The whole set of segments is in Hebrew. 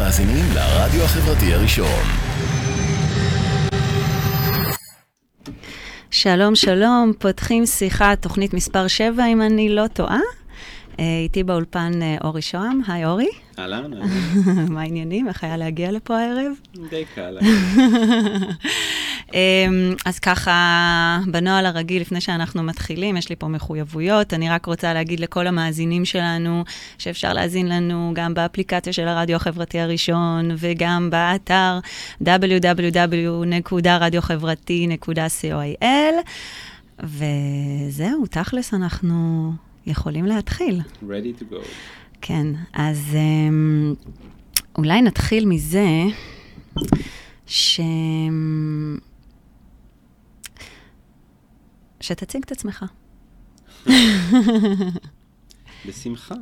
מאזינים לרדיו החברתי הראשון. שלום, שלום, פותחים שיחה, תוכנית מספר 7, אם אני לא טועה. איתי באולפן אורי שוהם. היי אורי. אהלן. מה העניינים? איך היה להגיע לפה הערב? די קל. אז ככה, בנוהל הרגיל, לפני שאנחנו מתחילים, יש לי פה מחויבויות. אני רק רוצה להגיד לכל המאזינים שלנו, שאפשר להזין לנו גם באפליקציה של הרדיו החברתי הראשון, וגם באתר www.radiohברתי.co.il. וזהו, תכלס אנחנו יכולים להתחיל. Ready to go. כן, אז אולי נתחיל מזה שתציג את עצמך. בשמחה.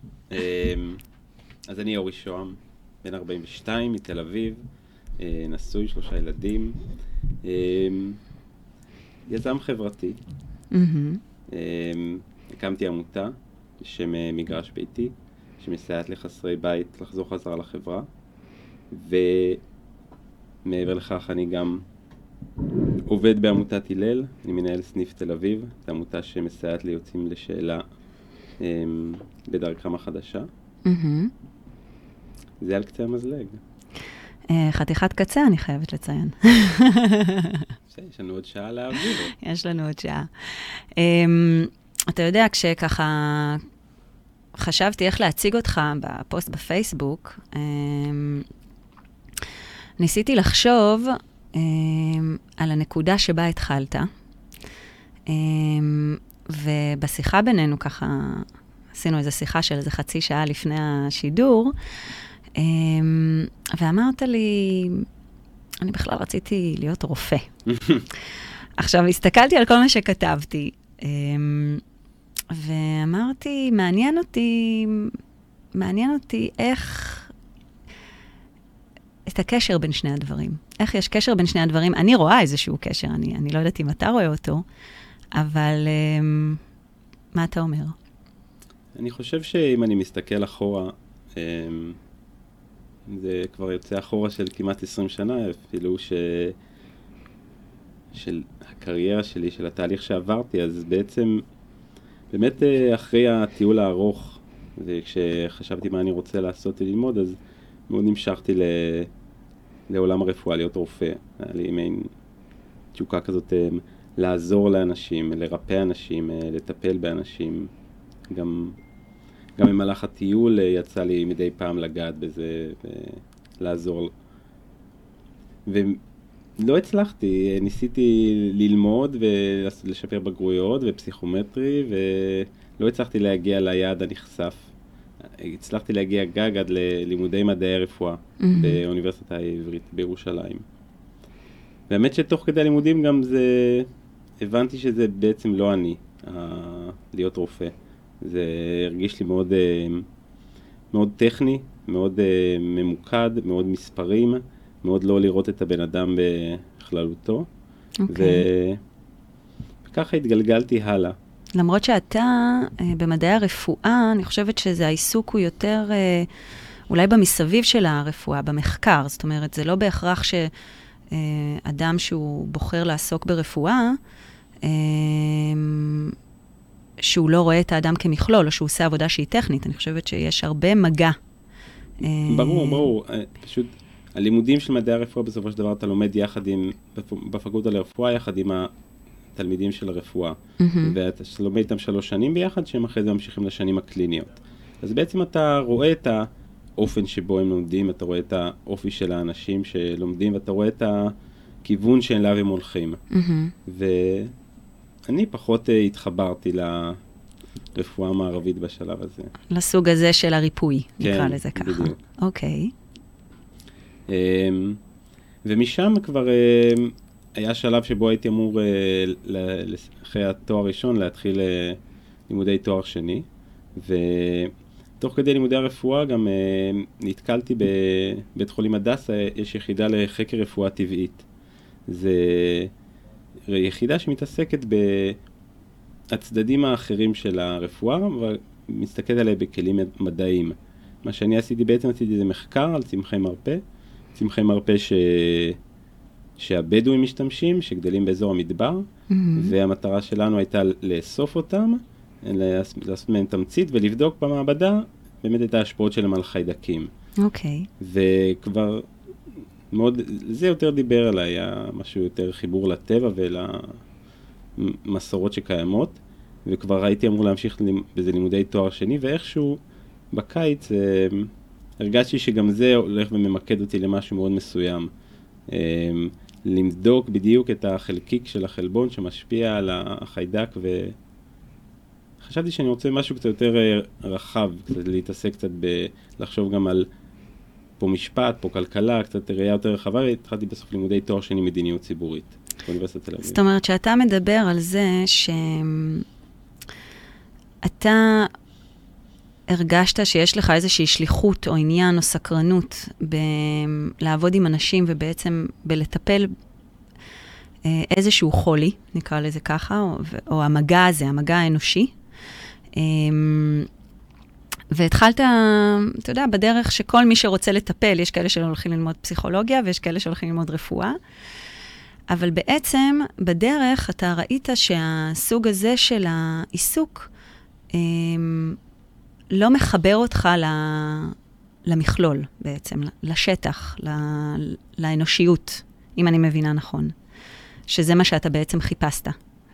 אז אני אורי שוהם, בן 42, מתל אביב, נשוי, 3 ילדים, יזם חברתי. הקמתי עמותה בשם מגרש ביתי, שמסייעת לחסרי בית לחזור חזרה לחברה, ומעבר לכך אני גם עובד בעמותת הלל, אני מנהל סניף תל אביב, זו עמותה שמסייעת ליוצאים לשאלה בדרכם החדשה. זה על קצה המזלג. חתיכת קצה, אני חייבת לציין. יש לנו עוד שעה להעביר. יש לנו עוד שעה. אתה יודע, כשככה חשבתי איך להציג אותך בפוסט בפייסבוק, ניסיתי לחשוב על הנקודה שבה התחלת, ובשיחה בינינו ככה, עשינו איזו שיחה של איזה חצי שעה לפני השידור, ואמרת לי, אני בכלל רציתי להיות רופא. עכשיו, הסתכלתי על כל מה שכתבתי, ואמרתי, מעניין אותי איך את הקשר בין שני הדברים. איך יש קשר בין שני הדברים? אני רואה איזשהו קשר, אני לא יודעת אם אתה רואה אותו, אבל מה אתה אומר? אני חושב שאם אני מסתכל אחורה, זה כבר יוצא אחורה של כמעט 20 שנה, אפילו של הקריירה שלי, של התהליך שעברתי, אז בעצם, באמת אחרי הטיול הארוך, וכשחשבתי מה אני רוצה לעשות וללמוד, אז מאוד נמשכתי לעולם הרפואה, להיות רופא. היה לי מעין תשוקה כזאת לעזור לאנשים, לרפא אנשים, לטפל באנשים. גם במהלך הטיול יצא לי מדי פעם לגעת בזה ולעזור. ולא הצלחתי, ניסיתי ללמוד ולשפר בגרויות ופסיכומטרי, ולא הצלחתי להגיע ליעד הנחשף. הצלחתי להגיע גג עד ללימודי מדעי הרפואה באוניברסיטה העברית בירושלים. באמת שתוך כדי הלימודים גם הבנתי שזה בעצם לא אני, להיות רופא. זה הרגיש לי מאוד, מאוד טכני, מאוד ממוקד, מאוד מספרים, מאוד לא לראות את הבן אדם בכללותו. וככה התגלגלתי הלאה. למרות שאתה, במדעי הרפואה, אני חושבת שזה העיסוק הוא יותר, אולי במסביב של הרפואה, במחקר. זאת אומרת, זה לא בהכרח שאדם שהוא בוחר לעסוק ברפואה, שהוא לא רואה את האדם כמכלול, או שהוא עושה עבודה שהיא טכנית. אני חושבת שיש הרבה מגע. ברור. פשוט, הלימודים של מדעי הרפואה, בסופו של דבר, אתה לומד יחד בפקולטה לרפואה, יחד עם התלמידים של הרפואה. ואתה לומד איתם 3 שנים ביחד, שהם אחרי זה ממשיכים לשנים הקליניות. אז בעצם אתה רואה את האופן שבו הם לומדים, אתה רואה את האופי של האנשים שלומדים, ואתה רואה את הכיוון שאליו הם הולכים. ואני פחות התחברתי לרפואה המערבית בשלב הזה. לסוג הזה של הריפוי, נקרא לזה ככה. כן, בדיוק. אוקיי. ומשם כבר היה שלב שבו הייתי אמור, אחרי התואר הראשון, להתחיל לימודי תואר שני. ותוך כדי לימודי הרפואה גם נתקלתי בבית חולים הדסה, יש יחידה לחקר רפואה טבעית. זה יחידה שמתעסקת הצדדים האחרים של הרפואה, ומסתכלת עליה בכלים מדעיים. מה שאני עשיתי בעצם, עשיתי זה מחקר על צמחי מרפא. צמחי מרפא שהבדואים משתמשים, שגדלים באזור המדבר, והמטרה שלנו הייתה לאסוף אותם, לעשות מהם תמצית ולבדוק במעבדה באמת את ההשפעות שלהם על חיידקים. אוקיי. וכבר מאוד, זה יותר דיבר עליי, היה משהו יותר חיבור לטבע ולמסורות שקיימות, וכבר הייתי אמור להמשיך בזה לימודי תואר שני, ואיכשהו בקיץ הרגשתי שגם זה הולך וממקד אותי למשהו מאוד מסוים. למדוק בדיוק את החלקיק של החלבון שמשפיע על החיידק, וחשבתי שאני רוצה משהו קצת יותר רחב, קצת להתעסק קצת לחשוב גם על פה משפט, פה כלכלה, קצת ראייה יותר רחבה, והתחלתי בסוף לימודי תואר שני מדיניות ציבורית באוניברסיטת תל אביב. זאת אומרת שאתה מדבר על זה שאתה הרגשת שיש לך איזושהי שליחות או עניין או סקרנות לעבוד עם אנשים ובעצם בלטפל איזשהו חולי, נקרא לזה ככה, או המגע הזה, המגע האנושי. והתחלת, אתה יודע, בדרך שכל מי שרוצה לטפל, יש כאלה שהולכים ללמוד פסיכולוגיה ויש כאלה שהולכים ללמוד רפואה, אבל בעצם בדרך אתה ראית שהסוג הזה של העיסוק לא מחבר אותך למכלול בעצם, לשטח, לאנושיות, אם אני מבינה נכון. שזה מה שאתה בעצם חיפשת.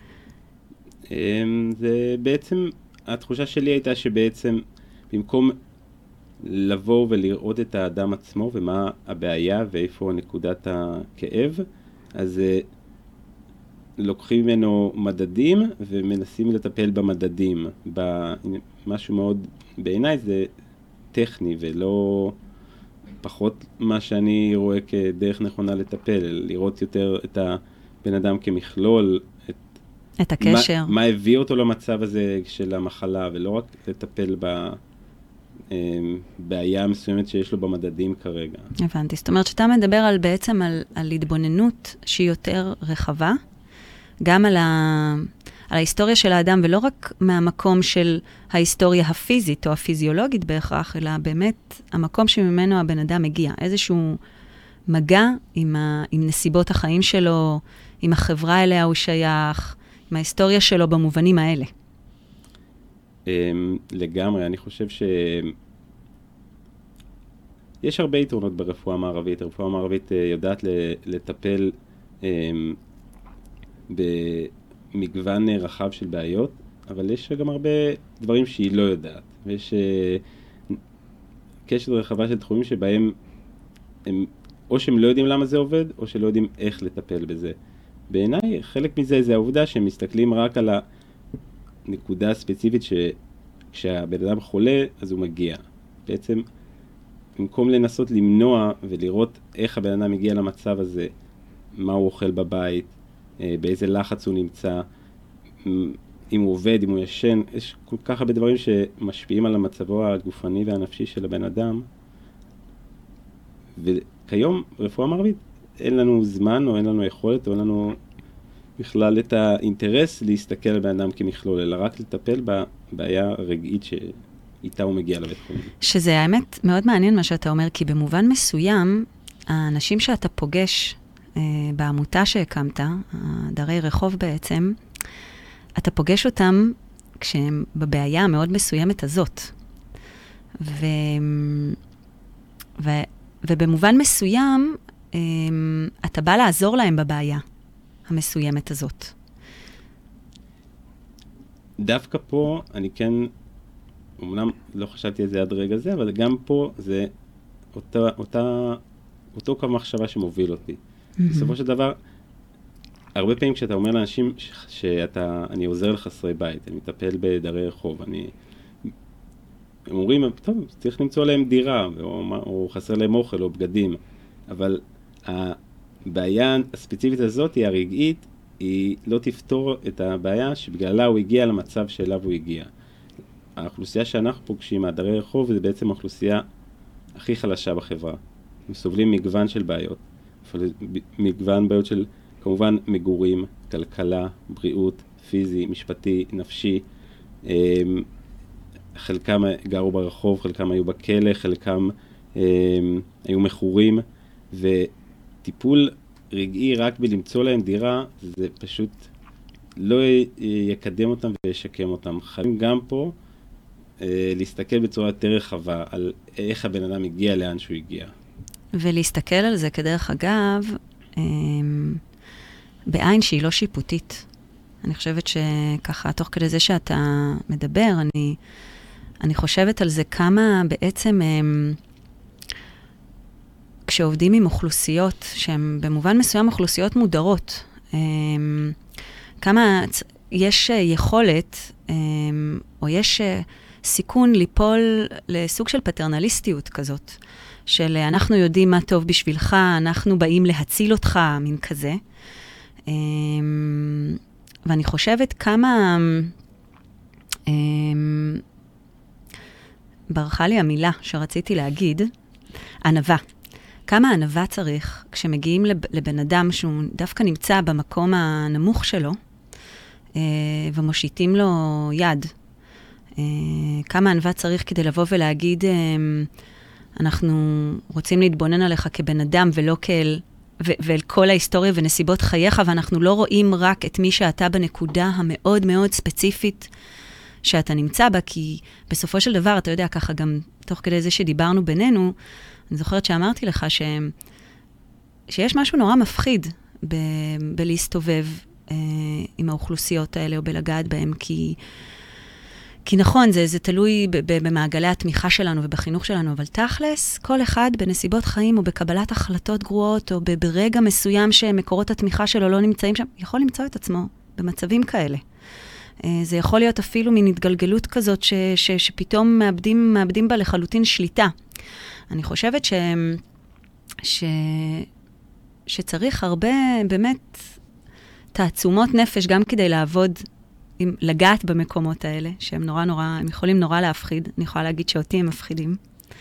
זה בעצם, התחושה שלי הייתה שבעצם במקום לבוא ולראות את האדם עצמו ומה הבעיה ואיפה נקודת הכאב, אז לוקחים ממנו מדדים ומנסים לטפל במדדים. משהו מאוד, בעיניי זה טכני ולא פחות מה שאני רואה כדרך נכונה לטפל, לראות יותר את הבן אדם כמכלול, את הקשר. מה הביא אותו למצב הזה של המחלה, ולא רק לטפל בבעיה מסוימת שיש לו במדדים כרגע. הבנתי. זאת אומרת שאתה מדבר בעצם על התבוננות שהיא יותר רחבה, גם על ההיסטוריה של האדם, ולא רק מהמקום של ההיסטוריה הפיזית או הפיזיולוגית בהכרח, אלא באמת המקום שממנו הבן אדם מגיע. איזשהו מגע עם נסיבות החיים שלו, עם החברה אליה הוא שייך, עם ההיסטוריה שלו במובנים האלה. לגמרי, אני חושב יש הרבה יתרונות ברפואה המערבית. הרפואה המערבית יודעת לטפל במגוון רחב של בעיות, אבל יש גם הרבה דברים שהיא לא יודעת. ויש קשת רחבה של תחומים שבהם או שהם לא יודעים למה זה עובד, או שלא יודעים איך לטפל בזה. בעיניי, חלק מזה זה העובדה שהם מסתכלים רק על הנקודה הספציפית שכשהבן אדם חולה, אז הוא מגיע. בעצם, במקום לנסות למנוע ולראות איך הבן אדם מגיע למצב הזה, מה הוא אוכל בבית, באיזה לחץ הוא נמצא, אם הוא עובד, אם הוא ישן, יש כל כך הרבה דברים שמשפיעים על המצבו הגופני והנפשי של הבן אדם. וכיום, רפואה מערבית, אין לנו זמן או אין לנו יכולת או אין לנו בכלל את האינטרס להסתכל על בן אדם כמכלול, אלא רק לטפל בבעיה הרגעית שאיתה הוא מגיע לבית חולים. שזה האמת מאוד מעניין מה שאתה אומר, כי במובן מסוים, האנשים שאתה פוגש בעמותה שהקמת, דרי רחוב בעצם, אתה פוגש אותם כשהם בבעיה המאוד מסוימת הזאת. ובמובן מסוים, אתה בא לעזור להם בבעיה המסוימת הזאת. דווקא פה, אני כן, אמנם לא חשבתי על זה עד רגע זה, אבל גם פה זה אותו קו מחשבה שמוביל אותי. בסופו של דבר, הרבה פעמים כשאתה אומר לאנשים שאני עוזר לחסרי בית, אני מטפל בדרי רחוב, הם אומרים, טוב, צריך למצוא להם דירה, או חסר להם אוכל או בגדים, אבל הבעיה הספציפית הזאת, היא הרגעית, היא לא תפתור את הבעיה שבגללה הוא הגיע למצב שאליו הוא הגיע. האוכלוסייה שאנחנו פוגשים, הדרי רחוב, זה בעצם האוכלוסייה הכי חלשה בחברה. הם סובלים מגוון של בעיות. מגוון בעיות של, כמובן, מגורים, כלכלה, בריאות, פיזי, משפטי, נפשי. חלקם גרו ברחוב, חלקם היו בכלא, חלקם היו מכורים, וטיפול רגעי רק בלמצוא להם דירה, זה פשוט לא יקדם אותם וישקם אותם. חייבים גם פה להסתכל בצורה יותר רחבה על איך הבן אדם הגיע לאן שהוא הגיע. ולהסתכל על זה כדרך אגב, בעין שהיא לא שיפוטית. אני חושבת שככה, תוך כדי זה שאתה מדבר, אני חושבת על זה כמה בעצם, כשעובדים עם אוכלוסיות, שהן במובן מסוים אוכלוסיות מודרות, כמה יש יכולת, או יש סיכון ליפול לסוג של פטרנליסטיות כזאת, של אנחנו יודעים מה טוב בשבילך, אנחנו באים להציל אותך, מין כזה. ואני חושבת כמה, ברכה לי המילה שרציתי להגיד, ענווה. כמה ענווה צריך כשמגיעים לבן אדם שהוא דווקא נמצא במקום הנמוך שלו, ומושיטים לו יד. כמה ענווה צריך כדי לבוא ולהגיד, אנחנו רוצים להתבונן עליך כבן אדם ולא ואל כל ההיסטוריה ונסיבות חייך, ואנחנו לא רואים רק את מי שאתה בנקודה המאוד מאוד ספציפית שאתה נמצא בה, כי בסופו של דבר, אתה יודע, ככה גם תוך כדי זה שדיברנו בינינו, אני זוכרת שאמרתי לך שיש משהו נורא מפחיד בלהסתובב עם האוכלוסיות האלה או בלגעת בהם, כי נכון, זה תלוי במעגלי התמיכה שלנו ובחינוך שלנו, אבל תכלס, כל אחד בנסיבות חיים או בקבלת החלטות גרועות, או ברגע מסוים שמקורות התמיכה שלו לא נמצאים שם, יכול למצוא את עצמו במצבים כאלה. זה יכול להיות אפילו מין התגלגלות כזאת שפתאום מאבדים בה לחלוטין שליטה. אני חושבת שצריך הרבה באמת תעצומות נפש גם כדי לעבוד, לגעת במקומות האלה, שהם נורא, הם יכולים נורא להפחיד. אני יכולה להגיד שאותי הם מפחידים.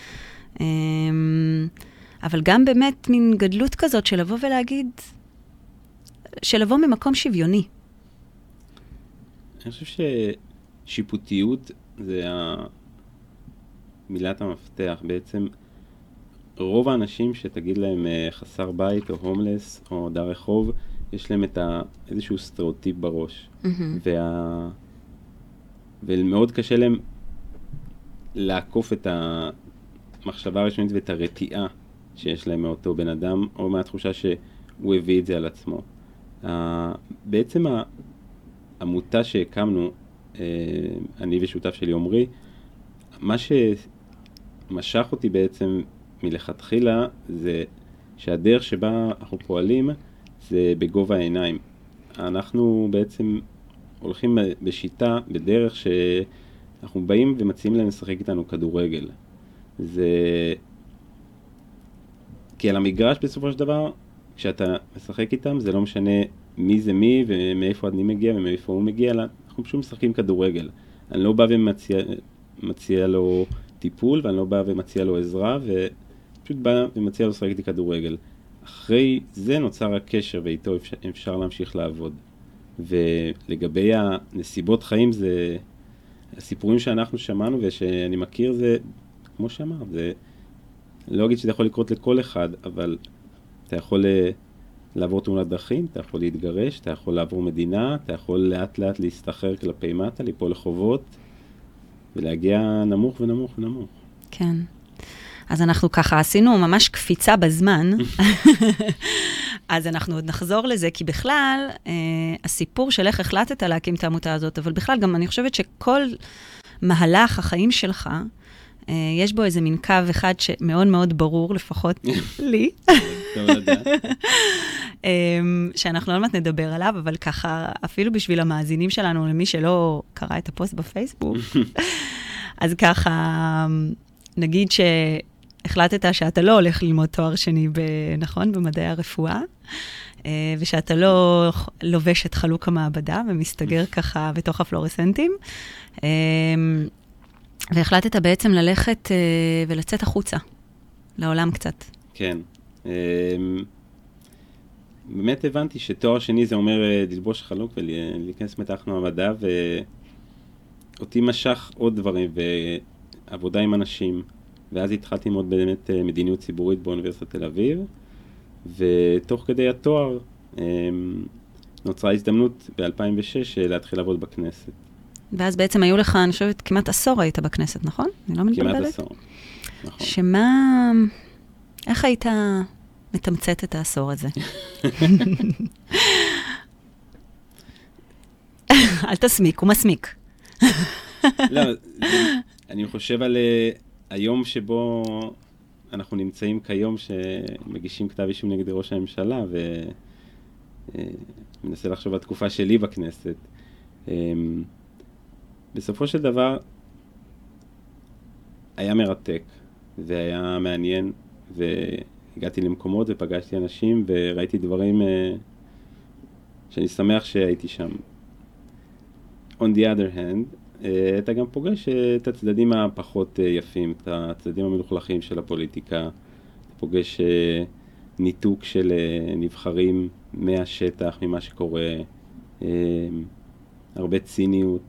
אבל גם באמת מין גדלות כזאת של לבוא ולהגיד, של לבוא ממקום שוויוני. אני חושב ששיפוטיות זה מילת המפתח. בעצם רוב האנשים שתגיד להם חסר בית או הומלס או דר רחוב, יש להם איזשהו סטריאוטיפ בראש. ומאוד קשה להם לעקוף את המחשבה הראשונית ואת הרתיעה שיש להם מאותו בן אדם, או מהתחושה שהוא הביא את זה על עצמו. בעצם העמותה שהקמנו, אני ושותף שלי עומרי, מה שמשך אותי בעצם מלכתחילה, זה שהדרך שבה אנחנו פועלים, זה בגובה העיניים. אנחנו בעצם הולכים בשיטה, בדרך שאנחנו באים ומציעים להם לשחק איתנו כדורגל. כי על המגרש בסופו של דבר, כשאתה משחק איתם, זה לא משנה מי זה מי ומאיפה אני מגיע ומאיפה הוא מגיע, אנחנו פשוט משחקים כדורגל. אני לא בא ומציע לו טיפול, ואני לא בא ומציע לו עזרה, ופשוט בא ומציע לו לשחק איתי כדורגל. אחרי זה נוצר הקשר, ואיתו אפשר להמשיך לעבוד. ולגבי הנסיבות חיים, זה הסיפורים שאנחנו שמענו ושאני מכיר, זה כמו שאמרת, זה לא אגיד שזה יכול לקרות לכל אחד, אבל אתה יכול לעבור תאונת דרכים, אתה יכול להתגרש, אתה יכול לעבור מדינה, אתה יכול לאט לאט להסתחרר כלפי מטה, ליפול לחובות, ולהגיע נמוך ונמוך ונמוך. כן. אז אנחנו ככה עשינו ממש קפיצה בזמן, אז אנחנו עוד נחזור לזה, כי בכלל, הסיפור של איך החלטת להקים את העמותה הזאת, אבל בכלל גם אני חושבת שכל מהלך החיים שלך, יש בו איזה מין קו אחד שמאוד מאוד ברור, לפחות לי, שאנחנו לא מעט נדבר עליו, אבל ככה, אפילו בשביל המאזינים שלנו, למי שלא קרא את הפוסט בפייסבוק, אז ככה, נגיד שהחלטת שאתה לא הולך ללמוד תואר שני, נכון, במדעי הרפואה, ושאתה לא לובש את חלוק המעבדה, ומסתגר ככה בתוך הפלורסנטים, והחלטת בעצם ללכת ולצאת החוצה, לעולם קצת. כן. באמת הבנתי שתואר שני זה אומר ללבוש חלוק ולהיכנס מתחת המעבדה, אותי משך עוד דברים, ועבודה עם אנשים, ואז התחלתי ללמוד באמת מדיניות ציבורית באוניברסיטת תל אביב, ותוך כדי התואר נוצרה הזדמנות ב-2006 להתחיל לעבוד בכנסת. ואז בעצם היו לך, אני חושבת, כמעט עשור היית בכנסת, נכון? אני לא מתבלבלת? כמעט עשור, נכון. איך היית מתמצת את העשור הזה? אל תסמיק, הוא מסמיק. לא, אני חושב על היום שבו אנחנו נמצאים כיום שמגישים כתב אישום נגד ראש הממשלה, ומנסה לחשוב על התקופה שלי בכנסת. בסופו של דבר היה מרתק, והיה מעניין, והגעתי למקומות ופגשתי אנשים, וראיתי דברים שאני שמח שהייתי שם. On the other hand, אתה גם פוגש את הצדדים הפחות יפים, את הצדדים המלוכלכים של הפוליטיקה, אתה פוגש ניתוק של נבחרים מהשטח, ממה שקורה, הרבה ציניות,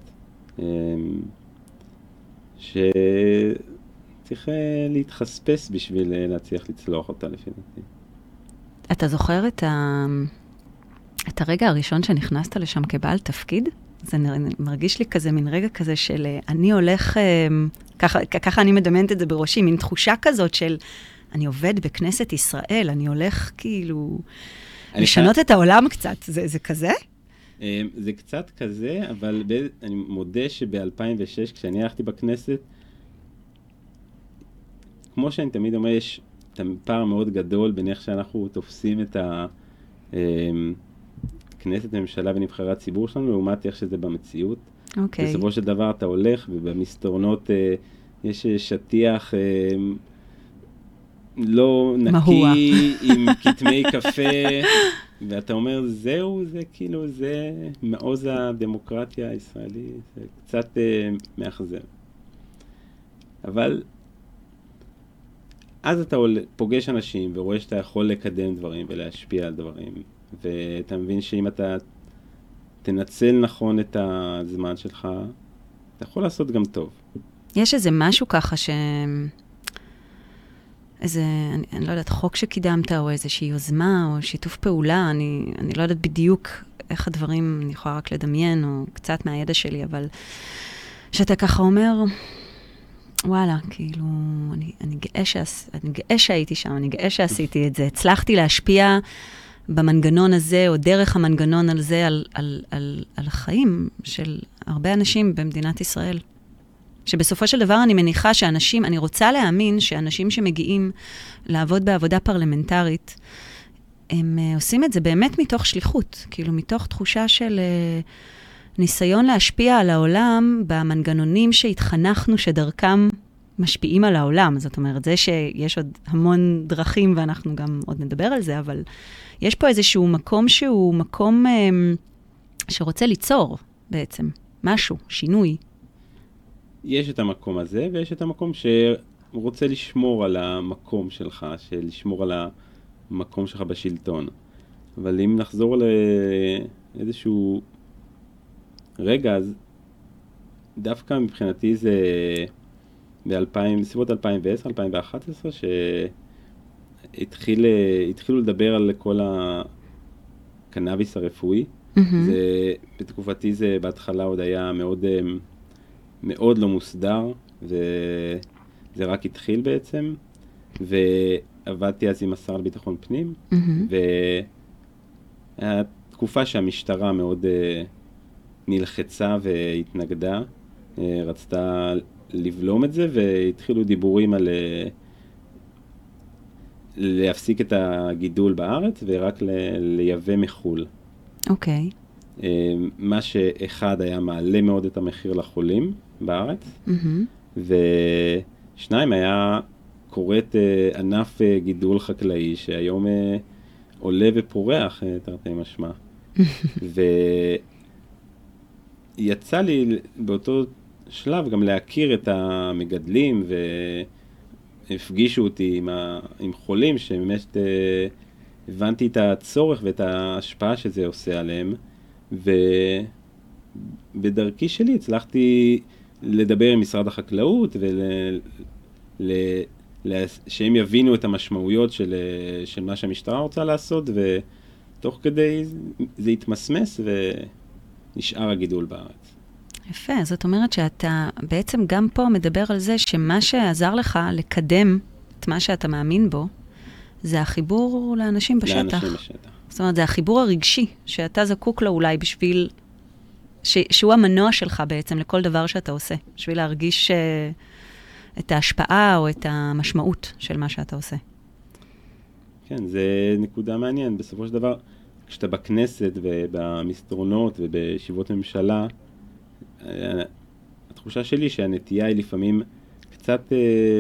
שצריך להתחספס בשביל להצליח לצלוח אותה לפי דעתי. אתה זוכר את הרגע הראשון שנכנסת לשם כבעל תפקיד? זה מרגיש לי כזה, מין רגע כזה של אני הולך, ככה אני מדמיינת את זה בראשי, מין תחושה כזאת של אני עובד בכנסת ישראל, אני הולך כאילו לשנות את העולם קצת, זה כזה? זה קצת כזה, אבל אני מודה שב-2006, כשאני הלכתי בכנסת, כמו שאני תמיד אומר, יש פער מאוד גדול בין איך שאנחנו תופסים את כנסת הממשלה ונבחרי הציבור שלנו, לעומת איך שזה במציאות. אוקיי. בסופו של דבר אתה הולך, ובמסדרונות יש שטיח לא נקי, עם כתמי קפה, ואתה אומר, זהו, זה כאילו, זה מעוז הדמוקרטיה הישראלית, זה קצת מאכזב. אבל אז אתה פוגש אנשים ורואה שאתה יכול לקדם דברים ולהשפיע על דברים, ואתה מבין שאם אתה תנצל נכון את הזמן שלך, אתה יכול לעשות גם טוב. יש איזה משהו ככה איזה, אני לא יודעת, חוק שקידמת, או איזושהי יוזמה, או שיתוף פעולה, אני לא יודעת בדיוק איך הדברים, אני יכולה רק לדמיין, או קצת מהידע שלי, אבל שאתה ככה אומר, וואלה, כאילו, אני גאה שהייתי שם, אני גאה שעשיתי את זה, הצלחתי להשפיע במנגנון הזה, או דרך המנגנון הזה, על החיים של הרבה אנשים במדינת ישראל. שבסופו של דבר אני מניחה שאנשים, אני רוצה להאמין שאנשים שמגיעים לעבוד בעבודה פרלמנטרית, הם עושים את זה באמת מתוך שליחות, כאילו מתוך תחושה של ניסיון להשפיע על העולם במנגנונים שהתחנכנו שדרכם משפיעים על העולם. זאת אומרת, זה שיש עוד המון דרכים ואנחנו גם עוד נדבר על זה, אבל יש פה איזשהו מקום שהוא מקום שרוצה ליצור בעצם משהו, שינוי. יש את המקום הזה, ויש את המקום שרוצה לשמור על המקום שלך, לשמור על המקום שלך בשלטון. אבל אם נחזור לאיזשהו רגע, אז דווקא מבחינתי זה בסביבות 2010, 2011, שהתחילו לדבר על כל הקנאביס הרפואי. בתקופתי זה בהתחלה עוד היה מאוד לא מוסדר, וזה רק התחיל בעצם, ועבדתי אז עם השר לביטחון פנים, והיה תקופה שהמשטרה מאוד נלחצה והתנגדה, רצתה לבלום את זה, והתחילו דיבורים על להפסיק את הגידול בארץ, ורק לייבא מחול. אוקיי. מה שאחד היה מעלה מאוד את המחיר לחולים בארץ, ושניים היה קוראת ענף גידול חקלאי שהיום עולה ופורח תרתי משמע. ויצא לי באותו שלב גם להכיר את המגדלים, והפגישו אותי עם חולים שבאמת הבנתי את הצורך ואת ההשפעה שזה עושה עליהם, ובדרכי שלי הצלחתי לדבר עם משרד החקלאות, שהם יבינו את המשמעויות של מה שהמשטרה רוצה לעשות, ותוך כדי זה יתמסמס ונשאר הגידול בארץ. יפה, זאת אומרת שאתה בעצם גם פה מדבר על זה שמה שעזר לך לקדם את מה שאתה מאמין בו, זה החיבור לאנשים בשטח. לאנשים בשטח. זאת אומרת, זה החיבור הרגשי שאתה זקוק לו אולי בשביל, שהוא המנוע שלך בעצם לכל דבר שאתה עושה, בשביל להרגיש את ההשפעה או את המשמעות של מה שאתה עושה. כן, זה נקודה מעניין. בסופו של דבר, כשאתה בכנסת ובמסדרונות ובישיבות ממשלה, התחושה שלי שהנטייה היא לפעמים קצת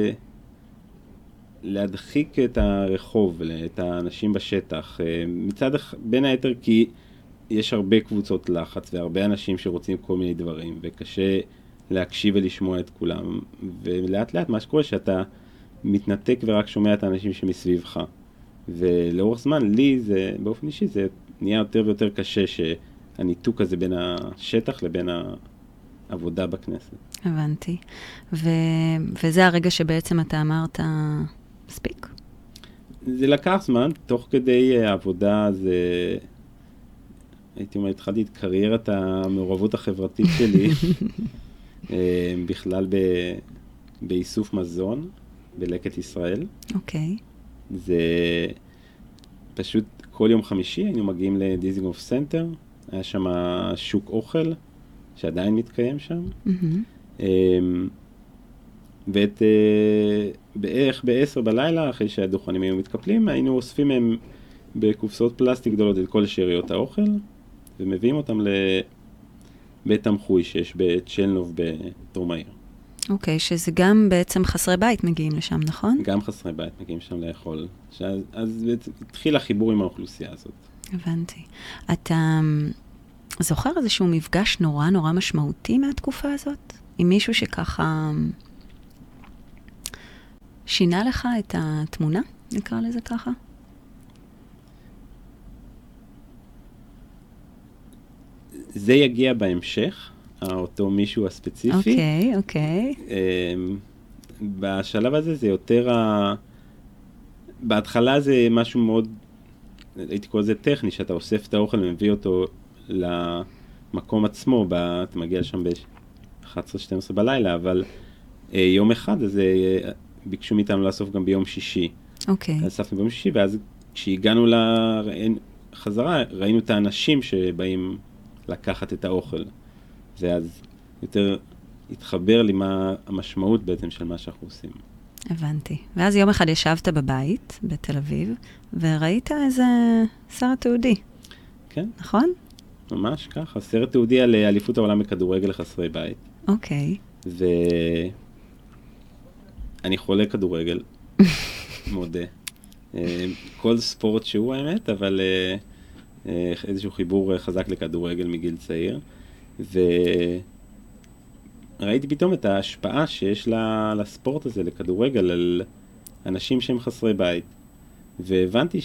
להדחיק את הרחוב, את האנשים בשטח. מצד בין היתר כי יש הרבה קבוצות לחץ והרבה אנשים שרוצים כל מיני דברים, וקשה להקשיב ולשמוע את כולם. ולאט לאט מה שקורה שאתה מתנתק ורק שומע את האנשים שמסביבך. ולאורך זמן, לי זה, באופן אישי, זה נהיה יותר ויותר קשה שהניתוק הזה בין השטח לבין העבודה בכנסת. הבנתי. וזה הרגע שבעצם אתה אמרת, מספיק? זה לקח זמן, תוך כדי העבודה זה, הייתי אומר, התחלתי את קריירת המעורבות החברתית שלי, בכלל באיסוף מזון, בלקט ישראל. אוקיי. זה פשוט כל יום חמישי היינו מגיעים לדיזינגוף סנטר, היה שם שוק אוכל שעדיין מתקיים שם. ואת בערך ב-10 בלילה, אחרי שהדוכנים היו מתקפלים, היינו אוספים מהם בקופסאות פלסטיק גדולות את כל שאריות האוכל, ומביאים אותם לבית תמחוי שיש בצ'לנוב בדרום העיר. אוקיי, שזה גם בעצם חסרי בית מגיעים לשם, נכון? גם חסרי בית מגיעים שם לאכול. אז התחיל החיבור עם האוכלוסייה הזאת. הבנתי. אתה זוכר איזשהו מפגש נורא נורא משמעותי מהתקופה הזאת? עם מישהו שככה שינה לך את התמונה? נקרא לזה ככה? זה יגיע בהמשך, אותו מישהו הספציפי. אוקיי. בשלב הזה זה יותר בהתחלה זה משהו מאוד, הייתי קורא לזה טכני, שאתה אוסף את האוכל ומביא אותו למקום עצמו, אתה מגיע שם ב-11-12 בלילה, אבל יום אחד אז ביקשו מאיתנו לאסוף גם ביום שישי. אוקיי. אספנו ביום שישי, ואז כשהגענו לחזרה, ראינו את האנשים שבאים לקחת את האוכל. ואז יותר התחבר לי מה המשמעות בעצם של מה שאנחנו עושים. הבנתי. ואז יום אחד ישבת בבית, בתל אביב, וראית איזה סרט תיעודי. כן. נכון? ממש ככה. סרט תיעודי על אליפות העולם בכדורגל לחסרי בית. אוקיי. ואני חולה כדורגל, מודה. כל ספורט שהוא האמת, אבל איזשהו חיבור חזק לכדורגל מגיל צעיר. וראיתי פתאום את ההשפעה שיש לספורט הזה, לכדורגל, על אנשים שהם חסרי בית. והבנתי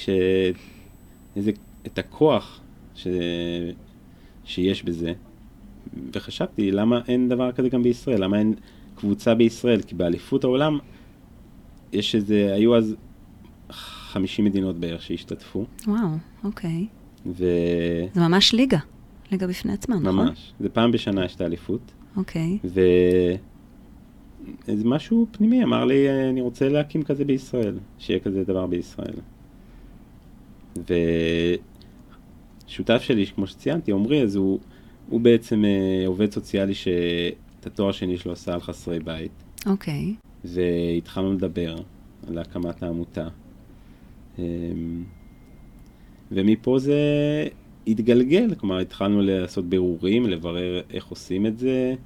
את הכוח שיש בזה. וחשבתי, למה אין דבר כזה גם בישראל? למה אין קבוצה בישראל? כי באליפות העולם היו אז 50 מדינות בערך שהשתתפו. וואו, אוקיי. זה ממש ליגה בפני עצמה, נכון? ממש. זה פעם בשנה יש את האליפות. אוקיי. וזה משהו פנימי, אמר לי, אני רוצה להקים כזה בישראל, שיהיה כזה דבר בישראל. ושותף שלי, כמו שציינתי, עומרי, אז הוא בעצם עובד סוציאלי שאת התואר שני שלו עשה על חסרי בית. אוקיי. והתחלנו לדבר על הקמת העמותה. ומפה זה התגלגל, כלומר התחלנו לעשות בירורים, לברר איך עושים את זה.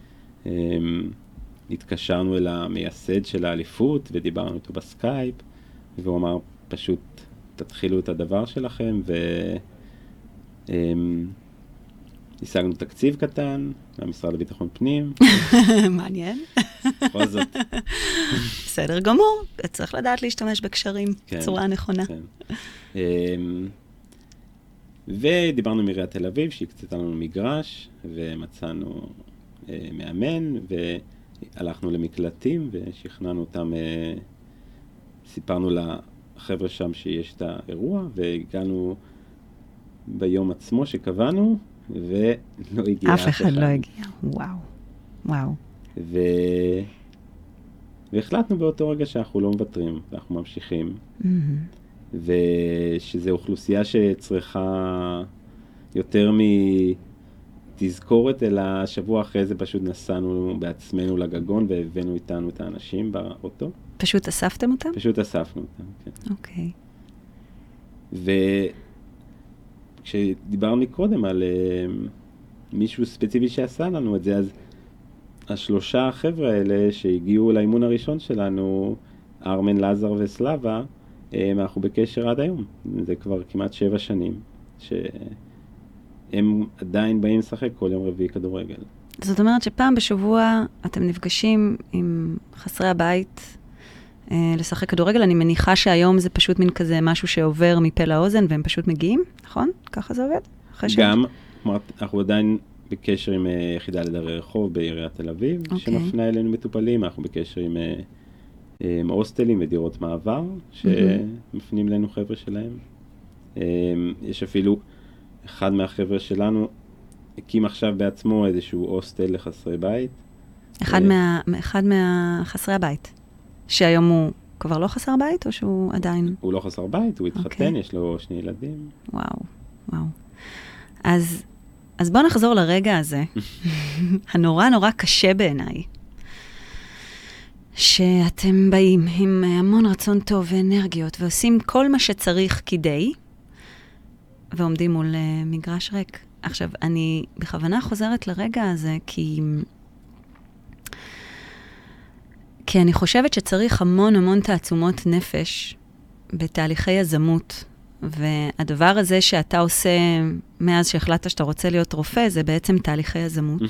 התקשרנו אל המייסד של האליפות ודיברנו איתו בסקייפ, והוא אמר פשוט תתחילו את הדבר שלכם, השגנו תקציב קטן מהמשרד לביטחון פנים. מעניין. בכל זאת. בסדר גמור, צריך לדעת להשתמש בקשרים בצורה נכונה. כן. ודיברנו עם עיריית תל אביב, שהקצתה לנו מגרש, ומצאנו מאמן, הלכנו למקלטים ושכנענו אותם, סיפרנו לחבר'ה שם שיש את האירוע, והגענו ביום עצמו שקבענו, ולא הגיע אף אחד לא הגיע, וואו. והחלטנו באותו רגע שאנחנו לא מוותרים, ואנחנו ממשיכים. ושזו אוכלוסייה שצריכה יותר מתזכורת, אלא השבוע אחרי זה פשוט נסענו בעצמנו לגגון, והבאנו איתנו את האנשים באוטו. פשוט אספתם אותם? פשוט אספנו אותם, כן. אוקיי. וכשדיברנו מקודם על מישהו ספציפי שעשה לנו את זה, אז השלושה החבר'ה האלה שהגיעו לאימון הראשון שלנו, ארמן, לזר וסלאבה, אנחנו בקשר עד היום. זה כבר כמעט 7 שנים, שהם עדיין באים לשחק כל יום רביעי כדורגל. זאת אומרת שפעם בשבוע אתם נפגשים עם חסרי הבית לשחק כדורגל. אני מניחה שהיום זה פשוט מין כזה משהו שעובר מפה לאוזן והם פשוט מגיעים, נכון? ככה זה עובד? גם, אנחנו עדיין בקשר עם יחידה לדרי רחוב בעיריית תל אביב, שמפנה אלינו מטופלים. אנחנו בקשר עם הוסטלים ודירות מעבר, שמפנים לנו חבר'ה שלהם. יש אפילו אחד מהחבר'ה שלנו, הקים עכשיו בעצמו איזשהו הוסטל לחסרי בית. אחד מהחסרי הבית, שהיום הוא כבר לא חסר בית, או שהוא עדיין? הוא לא חסר בית, הוא התחתן, יש לו 2 ילדים. וואו. אז בואו נחזור לרגע הזה, הנורא נורא קשה בעיניי, שאתם באים עם המון רצון טוב ואנרגיות, ועושים כל מה שצריך כדי, ועומדים מול מגרש ריק. עכשיו, אני בכוונה חוזרת לרגע הזה, כי אני חושבת שצריך המון תעצומות נפש בתהליכי יזמות, והדבר הזה שאתה עושה מאז שהחלטת שאתה רוצה להיות רופא, זה בעצם תהליכי יזמות.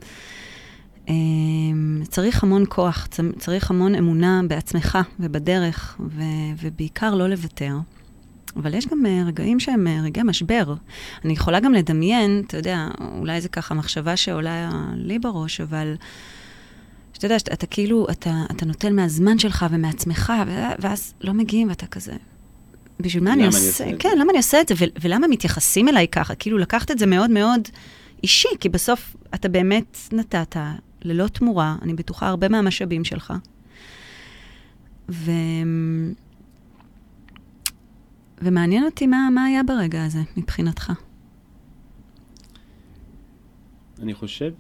צריך המון כוח, צריך המון אמונה בעצמך ובדרך, ובעיקר לא לוותר. אבל יש גם רגעים שהם רגעי משבר. אני יכולה גם לדמיין, אתה יודע, אולי זה ככה מחשבה שעולה לי בראש, אבל שאתה יודע, אתה כאילו, אתה נוטל מהזמן שלך ומעצמך, ואז לא מגיעים ואתה כזה. בשביל מה אני עושה? כן, למה אני עושה את זה? ולמה מתייחסים אליי ככה? כאילו לקחת את זה מאוד מאוד אישי, כי בסוף אתה באמת נתת ללא תמורה, אני בטוחה הרבה מהמשאבים שלך. ומעניין אותי מה היה ברגע הזה, מבחינתך. אני חושב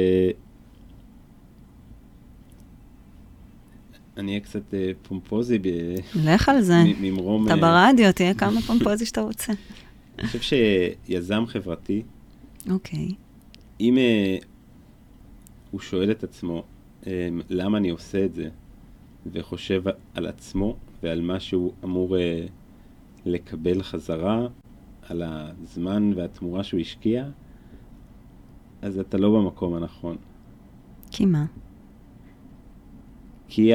אני אהיה קצת פומפוזי לך על זה. ממרום... אתה ברדיו, תהיה כמה פומפוזי שאתה רוצה. אני חושב שיזם חברתי, אוקיי. אם הוא שואל את עצמו למה אני עושה את זה, וחושב על עצמו ועל מה שהוא אמור לקבל חזרה, על הזמן והתמורה שהוא השקיע, אז אתה לא במקום הנכון. כי מה? כי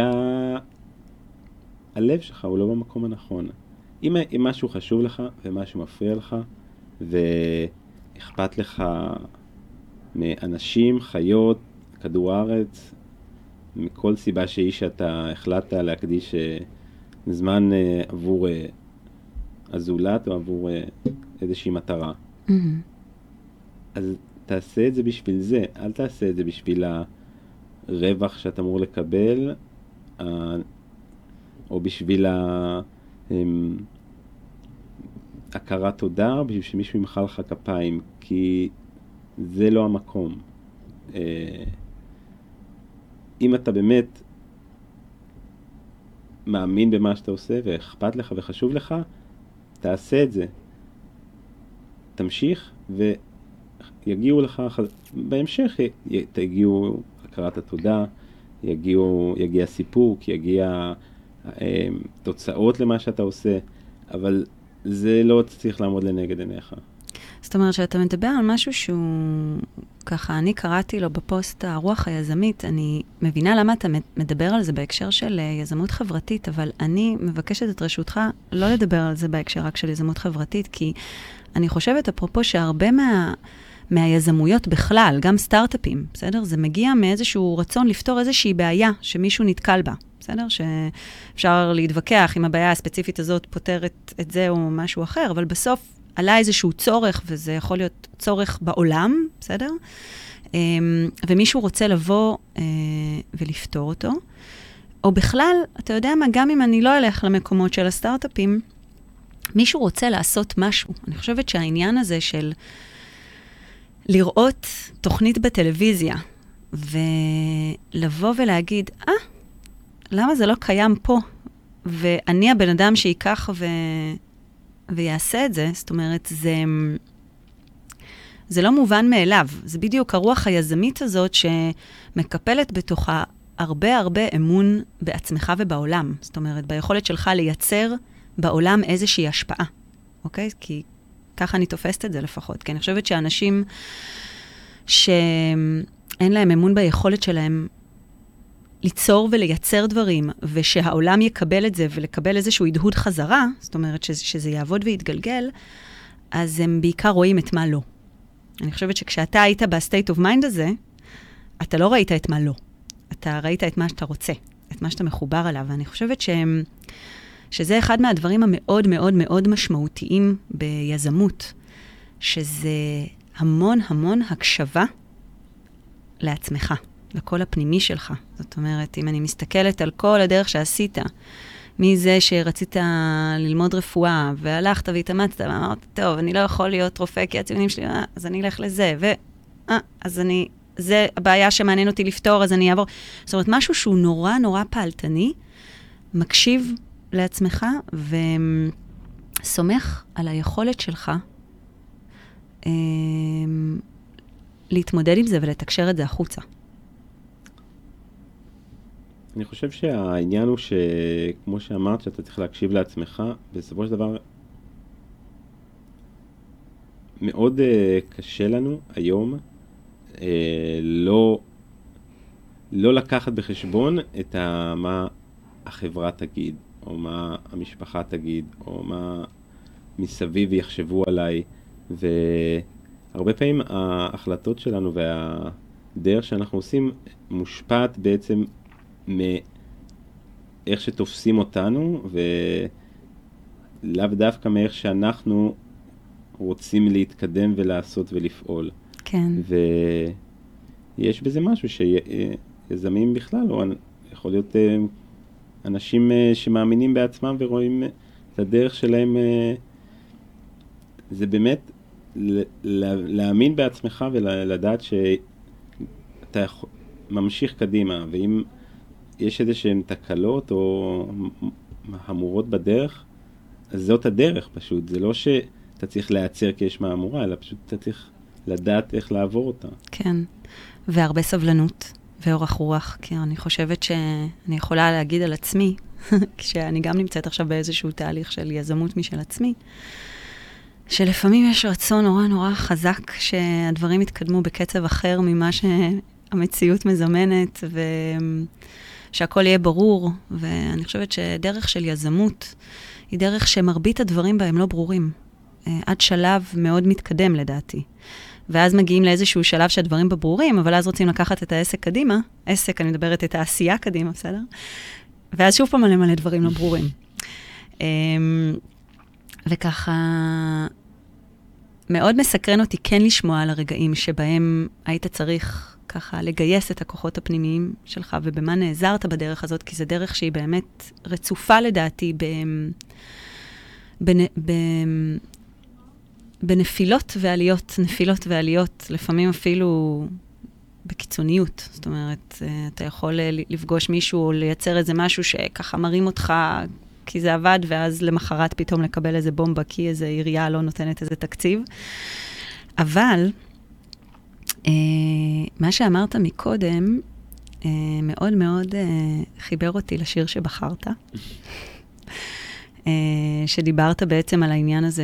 הלב שלך הוא לא במקום הנכון. אם משהו חשוב לך ומשהו מפריע לך, ואכפת לך מאנשים, חיות, כדור הארץ, מכל סיבה שהיא שאתה החלטת להקדיש זמן עבור הזולת או עבור איזושהי מטרה. אז תעשה את זה בשביל זה, אל תעשה את זה בשביל הרווח שאתה אמור לקבל, או בשביל הכרת תודה, או בשביל שמישהו ימחא לך כפיים, כי זה לא המקום. אם אתה באמת מאמין במה שאתה עושה, ואכפת לך וחשוב לך, תעשה את זה. תמשיך, ויגיעו לך, בהמשך תגיעו הכרת התודה, יגיע סיפוק, יגיע תוצאות למה שאתה עושה, אבל זה לא צריך לעמוד לנגד עיניך. זאת אומרת שאתה מדבר על משהו שהוא, ככה, אני קראתי לו בפוסט הרוח היזמית, אני מבינה למה אתה מדבר על זה בהקשר של יזמות חברתית, אבל אני מבקשת את רשותך לא לדבר על זה בהקשר רק של יזמות חברתית, כי אני חושבת אפרופו שהרבה מהיזמויות בכלל, גם סטארט-אפים, בסדר? זה מגיע מאיזשהו רצון לפתור איזושהי בעיה שמישהו נתקל בה, בסדר? שאפשר להתווכח אם הבעיה הספציפית הזאת פותרת את זה או משהו אחר, אבל בסוף עלה איזשהו צורך, וזה יכול להיות צורך בעולם, בסדר? ומישהו רוצה לבוא ולפתור אותו. או בכלל, אתה יודע מה, גם אם אני לא אלך למקומות של הסטארט-אפים, מישהו רוצה לעשות משהו. אני חושבת שהעניין הזה של לראות תוכנית בטלוויזיה, ולבוא ולהגיד, למה זה לא קיים פה? ואני הבן אדם שיקח ויעשה את זה, זאת אומרת, זה לא מובן מאליו. זה בדיוק הרוח היזמית הזאת שמקפלת בתוכה הרבה אמון בעצמך ובעולם. זאת אומרת, ביכולת שלך לייצר בעולם איזושהי השפעה. אוקיי? כי ככה אני תופסת את זה לפחות. כי אני חושבת שאנשים שאין להם אמון ביכולת שלהם ליצור ולייצר דברים, ושהעולם יקבל את זה ולקבל איזשהו הדהוד חזרה, זאת אומרת שזה יעבוד ויתגלגל, אז הם בעיקר רואים את מה לא. אני חושבת שכשאתה היית בסטייט אוף מיינד הזה, אתה לא ראית את מה לא. אתה ראית את מה שאתה רוצה, את מה שאתה מחובר עליו. ואני חושבת שזה אחד מהדברים המאוד מאוד מאוד משמעותיים ביזמות, שזה המון הקשבה לעצמך, לקול הפנימי שלך. זאת אומרת, אם אני מסתכלת על כל הדרך שעשית, מזה שרצית ללמוד רפואה, והלכת והתאמצת, ואמרת, טוב, אני לא יכול להיות רופא, כי הציונים שלי, אז אני אלך לזה, אז זה הבעיה שמעניין אותי לפתור, אז אני אעבור. זאת אומרת, משהו שהוא נורא פעלתני, מקשיב לעצמך, וסומך על היכולת שלך להתמודד עם זה ולתקשר את זה החוצה. אני חושב שהעניין הוא שכמו שאמרת, שאתה צריך להקשיב לעצמך, בסופו של דבר מאוד קשה לנו היום לא לקחת בחשבון את מה החברה תגיד, או מה המשפחה תגיד, או מה מסביב יחשבו עליי, והרבה פעמים ההחלטות שלנו והדרך שאנחנו עושים מושפעת בעצם מאיך שתופסים אותנו, ולאו דווקא מאיך שאנחנו רוצים להתקדם ולעשות ולפעול. כן. ויש בזה משהו שיזמים בכלל, או יכול להיות אנשים שמאמינים בעצמם ורואים את הדרך שלהם, זה באמת להאמין בעצמך ולדעת שאתה ממשיך קדימה, ואם יש איזשהן תקלות או מהמורות בדרך, אז זאת הדרך פשוט. זה לא שאתה צריך להיעצר כי יש מהמורה, אלא פשוט אתה צריך לדעת איך לעבור אותה. כן, והרבה סבלנות ואורך רוח, כי אני חושבת שאני יכולה להגיד על עצמי, כשאני גם נמצאת עכשיו באיזשהו תהליך של יזמות משל עצמי, שלפעמים יש רצון נורא חזק שהדברים יתקדמו בקצב אחר ממה שהמציאות מזמנת, שהכל יהיה ברור, ואני חושבת שדרך של יזמות היא דרך שמרבית הדברים בהם לא ברורים, עד שלב מאוד מתקדם לדעתי. ואז מגיעים לאיזשהו שלב שהדברים בברורים, אבל אז רוצים לקחת את העסק קדימה, עסק, אני מדברת את העשייה קדימה, בסדר? ואז שוב פעם מלא דברים לא ברורים. וככה, מאוד מסקרן אותי כן לשמוע על הרגעים שבהם היית צריך ככה לגייס את הכוחות הפנימיים שלך, ובמה נעזרת בדרך הזאת, כי זו דרך שהיא באמת רצופה לדעתי בנפילות ועליות, לפעמים אפילו בקיצוניות. זאת אומרת, אתה יכול לפגוש מישהו או לייצר איזה משהו שככה מרים אותך כי זה עבד, ואז למחרת פתאום לקבל איזה בומבה, כי איזה עירייה לא נותנת איזה תקציב. אבל מה שאמרת מקודם, מאוד מאוד חיבר אותי לשיר שבחרת. שדיברת בעצם על העניין הזה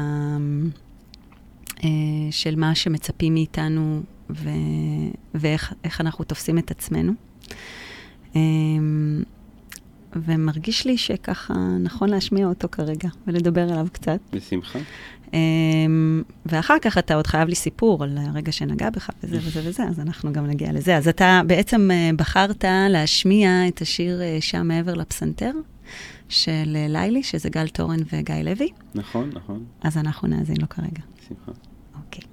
של מה שמצפים מאיתנו, ואיך אנחנו תופסים את עצמנו. ומרגיש לי שככה נכון להשמיע אותו כרגע, ולדבר עליו קצת. בשמחה. ואחר כך אתה עוד חייב לי סיפור על הרגע שנגע בך, וזה וזה וזה, אז אנחנו גם נגיע לזה. אז אתה בעצם בחרת להשמיע את השיר שם מעבר לפסנתר, של לילי, שזה גל תורן וגיא לוי. נכון, נכון. אז אנחנו נאזין לו כרגע. בשמחה. אוקיי.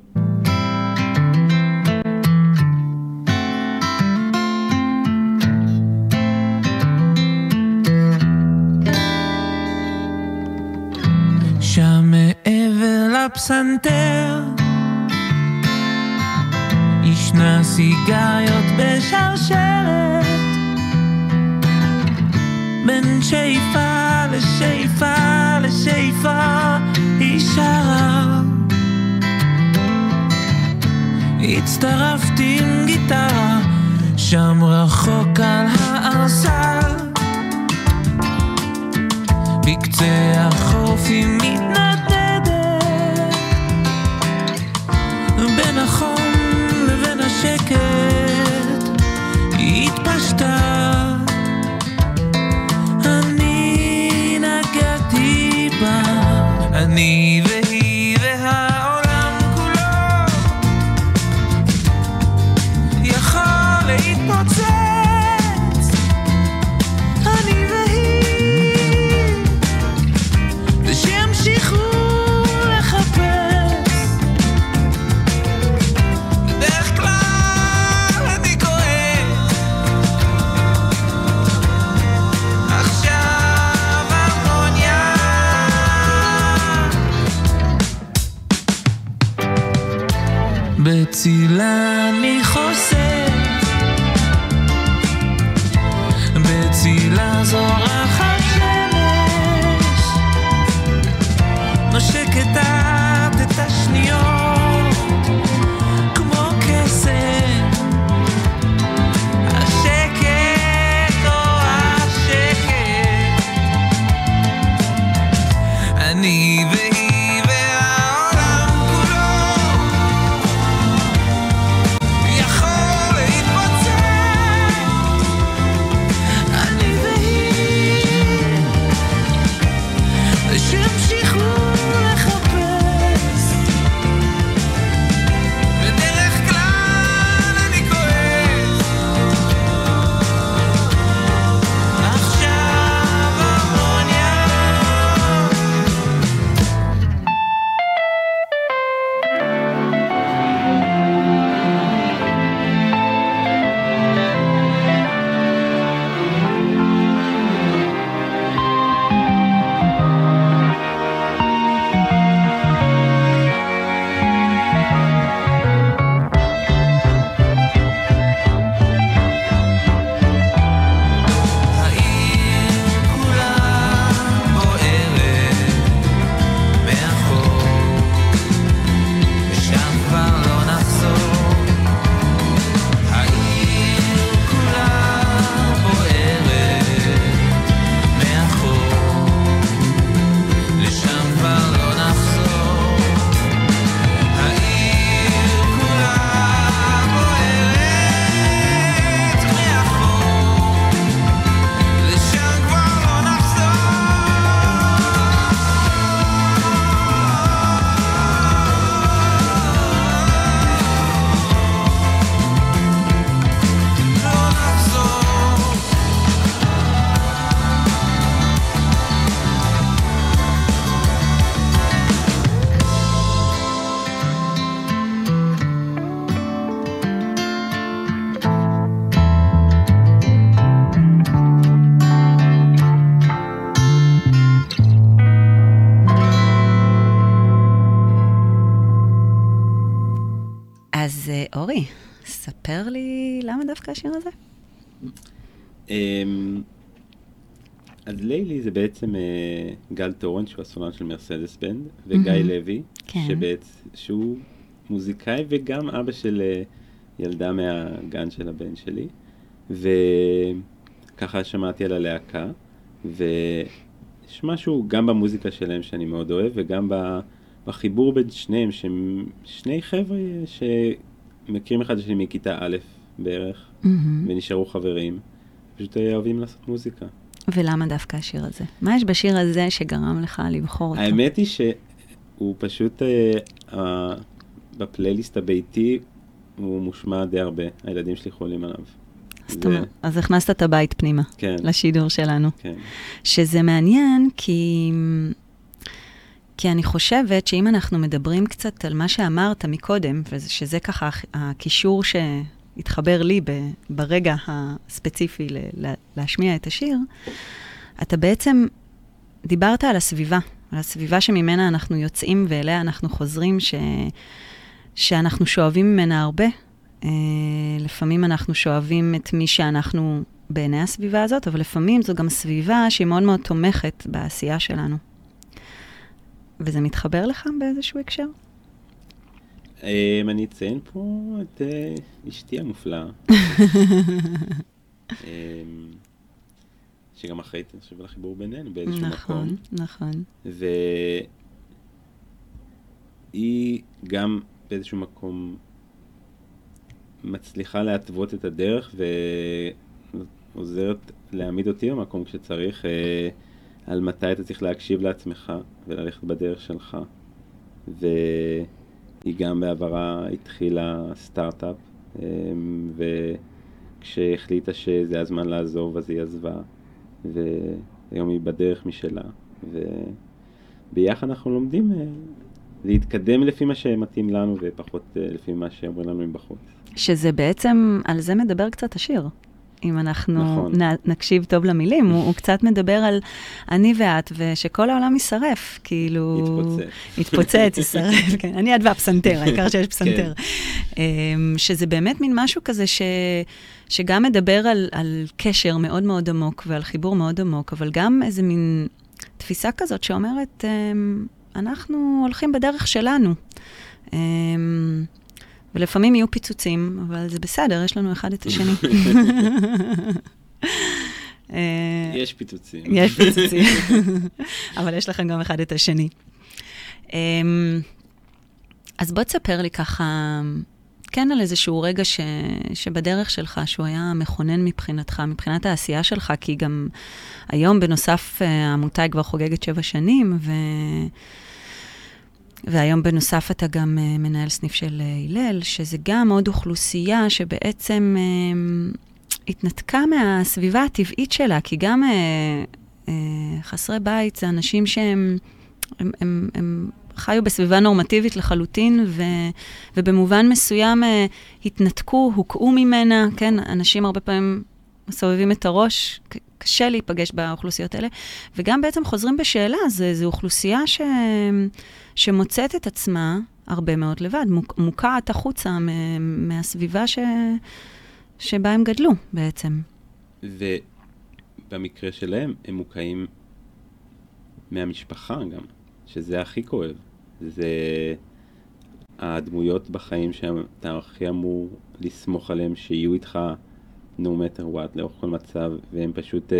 שם מעבר לפסנתר ישנה סיגריות בשרשרת, בין שאיפה לשאיפה לשאיפה היא שרה. הצטרפתי עם גיטרה שם רחוק על הארסל, בקצה החוף היא מתנדנדת בין החום לבין השקט היא התפשטה. אני נגעתי בה, אני והיא והעולם כולו יכול להתפוצץ. אני והיא ושימשיכו לחפש. בדרך כלל אני כועס, עכשיו הרמוניה. בצילה אני חוסר, בצילה זורחת שמש, נושקת את השניות כמו קסם. השקט או השקט, אני והיא והעולם כולו יכול להתפוצץ. אני והיא שימשיכו לחפש. בדרך כלל אני כועס, עכשיו הרמוניה. העיר כולה בוערת מאחור, ושם כבר לא נחזור. העיר כולה בוערת מאחור, לשם כבר לא נחזור. העיר כולה בוערת מאחור, לשם כבר לא נחזור. לא נחזור. אז אורי, ספר לי למה דווקא השיר הזה? אז לילי זה בעצם גל תורן, שהוא הסולן של מרסדס בנד, וגיא לוי, כן. שהוא מוזיקאי וגם אבא של ילדה מהגן של הבן שלי, וככה שמעתי על הלהקה, ויש משהו גם במוזיקה שלהם שאני מאוד אוהב, וגם בחיבור בין שניהם, שהם שני חבר'ה שמכירים אחד שלי מכיתה א' בערך, ונשארו חברים, פשוט אוהבים לעשות מוזיקה. ולמה דווקא השיר הזה? מה יש בשיר הזה שגרם לך לבחור אותו? האמת היא שהוא פשוט, בפלייליסט הביתי, הוא מושמע די הרבה. הילדים שלי חולים עליו. אז הכנסת את הבית פנימה, כן. לשידור שלנו. כן. שזה מעניין, כי אני חושבת שאם אנחנו מדברים קצת על מה שאמרת מקודם, ושזה ככה הקישור שהתחבר לי ברגע הספציפי להשמיע את השיר, אתה בעצם דיברת על הסביבה, על הסביבה שממנה אנחנו יוצאים ואליה אנחנו חוזרים, שאנחנו שואבים ממנה הרבה. לפעמים אנחנו שואבים את מי שאנחנו בעיני הסביבה הזאת, אבל לפעמים זו גם סביבה שהיא מאוד מאוד תומכת בעשייה שלנו. וזה מתחבר לך באיזשהו הקשר? אני אציין פה את אשתי המופלאה. שגם אחראית, אני חושב, על החיבור בינינו באיזשהו מקום. נכון. והיא גם באיזשהו מקום מצליחה להתוות את הדרך ועוזרת להעמיד אותי במקום כשצריך, על מתי אתה צריך להקשיב לעצמך וללכת בדרך שלך. והיא גם בעברה התחילה סטארט-אפ, וכשהחליטה שזה הזמן לעזוב אז היא עזבה, והיום היא בדרך משלה, וביחד אנחנו לומדים להתקדם לפי מה שמתאים לנו ופחות לפי מה שאומרים לנו מבחוץ. שזה בעצם, על זה מדבר קצת השיר. אם אנחנו נכון. נקשיב טוב למילים, הוא קצת מדבר על אני ואת, ושכל העולם יישרף, כאילו... יתפוצץ, יישרף, כן. אני עד והפסנתר, העיקר שיש פסנתר. שזה באמת מין משהו כזה שגם מדבר על קשר מאוד מאוד עמוק, ועל חיבור מאוד עמוק, אבל גם איזה מין תפיסה כזאת שאומרת, אנחנו הולכים בדרך שלנו. ולפעמים יהיו פיצוצים, אבל זה בסדר, יש לנו אחד את השני. יש פיצוצים. יש פיצוצים. אבל יש לכם גם אחד את השני. אז בוא תספר לי ככה, כן על איזשהו רגע שבדרך שלך, שהוא היה מכונן מבחינתך, מבחינת העשייה שלך, כי גם היום בנוסף, העמותה כבר חוגגת 7 שנים, והיום בנוסף אתה גם מנהל סניף של הלל, שזה גם עוד אוכלוסייה שבעצם התנתקה מהסביבה הטבעית שלה, כי גם חסרי בית זה אנשים שהם הם חיו בסביבה נורמטיבית לחלוטין, ובמובן מסוים התנתקו, הוקעו ממנה, כן, אנשים הרבה פעמים מסובבים את הראש, קשה להיפגש באוכלוסיות האלה, וגם בעצם חוזרים בשאלה, זו אוכלוסייה שמוצאת את עצמה הרבה מאוד לבד, מוקעת החוצה מהסביבה שבה הם גדלו בעצם. ובמקרה שלהם הם מוקעים מהמשפחה גם, שזה הכי כואב. זה הדמויות בחיים שאתה הכי אמור לסמוך עליהם, שיהיו איתך no matter what, לאורך כל מצב, והם פשוט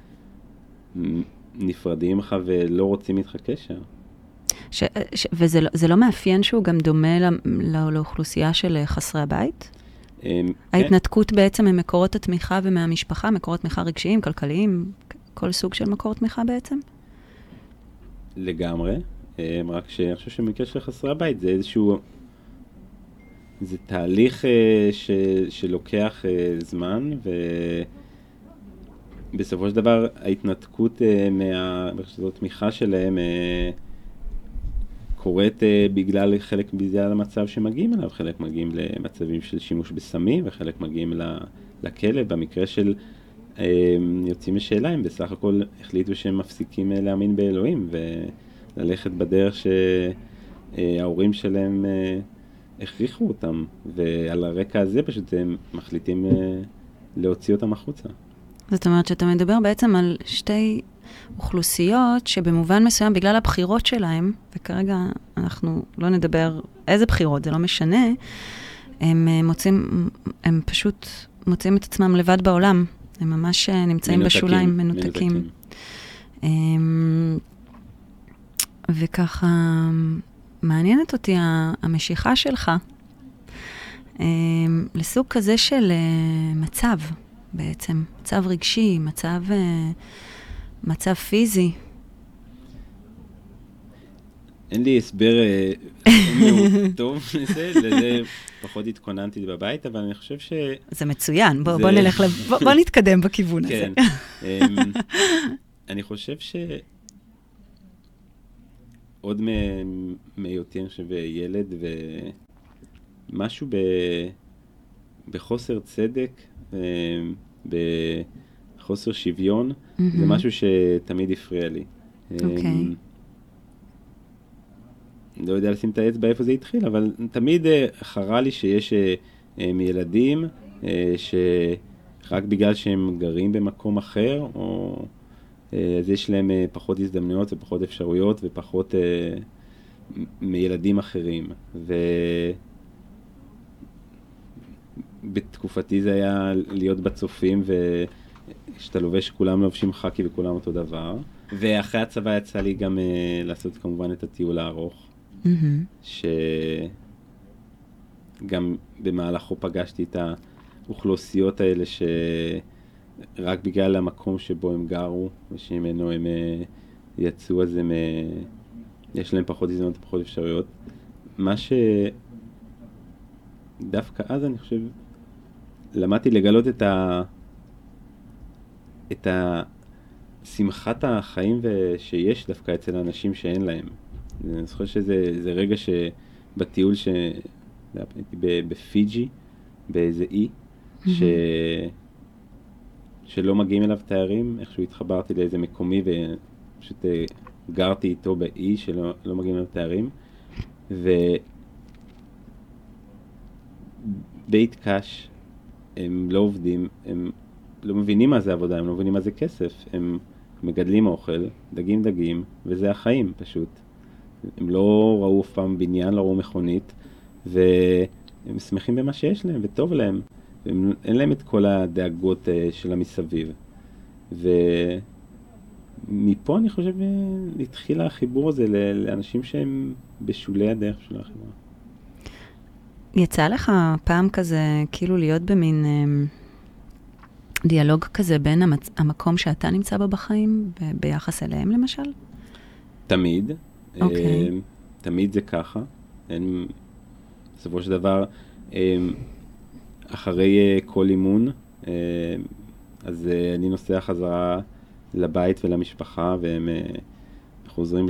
נפרדים לך ולא רוצים איתך קשר. וזה לא מאפיין שהוא גם דומה לאוכלוסייה של חסרי הבית? ההתנתקות בעצם ממקורות התמיכה ומהמשפחה, מקורות תמיכה רגשיים, כלכליים, כל סוג של מקור תמיכה בעצם? לגמרי, רק שאני חושב שמקרה של חסרי הבית זה איזשהו, זה תהליך שלוקח זמן, ובסופו של דבר ההתנתקות מהרשתות תמיכה שלהם קורית בגלל המצב שמגיעים אליו. חלק מגיעים למצבים של שימוש בסמים, וחלק מגיעים לכלא. במקרה של יוצאים משאלה, הם בסך הכל החליטו שהם מפסיקים להאמין באלוהים, וללכת בדרך שההורים שלהם הכריחו אותם, ועל הרקע הזה פשוט הם מחליטים להוציא אותם החוצה. זאת אומרת שאתה מדבר בעצם על שתי אוכלוסיות שבמובן מסוים בגלל הבחירות שלהם, וכרגע אנחנו לא נדבר איזה בחירות, זה לא משנה, הם פשוט מוצאים את עצמם לבד בעולם. הם ממש נמצאים בשוליים, מנותקים. וככה מעניינת אותי המשיכה שלך לסוג כזה של מצב בעצם, מצב רגשי, מצב מצב פיזי. אין לי הסבר טוב לזה, פחות התכוננתי בבית, אבל אני חושב ש... זה מצוין, בוא נתקדם בכיוון הזה. כן. אני חושב עוד מהיותי, אני חושב, ילד, ומשהו בחוסר צדק, בחוסר שוויון, זה משהו שתמיד הפריע לי. אוקיי. לא יודע לשים את האצבע איפה זה התחיל, אבל תמיד חרה לי שיש מילדים שרק בגלל שהם גרים במקום אחר, אז יש להם פחות הזדמנויות ופחות אפשרויות ופחות מילדים אחרים. ובתקופתי זה היה להיות בצופים, ושאתה לובש, כולם לובשים חקי וכולם אותו דבר. ואחרי הצבא יצא לי גם לעשות כמובן את הטיול הארוך. שגם במהלכו פגשתי את האוכלוסיות האלה שרק בגלל המקום שבו הם גרו ושממנו הם יצאו, אז יש להם פחות הזדמנות ופחות אפשרויות. מה שדווקא אז אני חושב למדתי לגלות את שמחת החיים שיש דווקא אצל אנשים שאין להם. אני זוכר שזה רגע שבטיול הייתי בפיג'י, באיזה אי, שלא מגיעים אליו תיירים, איכשהו התחברתי לאיזה מקומי ופשוט גרתי איתו באי שלא מגיעים אליו תיירים, בית קש, הם לא עובדים, הם לא מבינים מה זה עבודה, הם לא מבינים מה זה כסף, הם מגדלים אוכל, דגים, וזה החיים פשוט. הם לא ראו אף פעם בניין, לא ראו מכונית, והם שמחים במה שיש להם, וטוב להם. אין להם את כל הדאגות של המסביב. ומפה אני חושב התחיל החיבור הזה לאנשים שהם בשולי הדרך של החברה. יצא לך פעם כזה, כאילו להיות במין דיאלוג כזה בין המקום שאתה נמצא בו בחיים, ביחס אליהם למשל? תמיד. אוקיי. תמיד זה ככה. בסופו של דבר, אחרי כל אימון, אז אני נוסע חזרה לבית ולמשפחה, והם חוזרים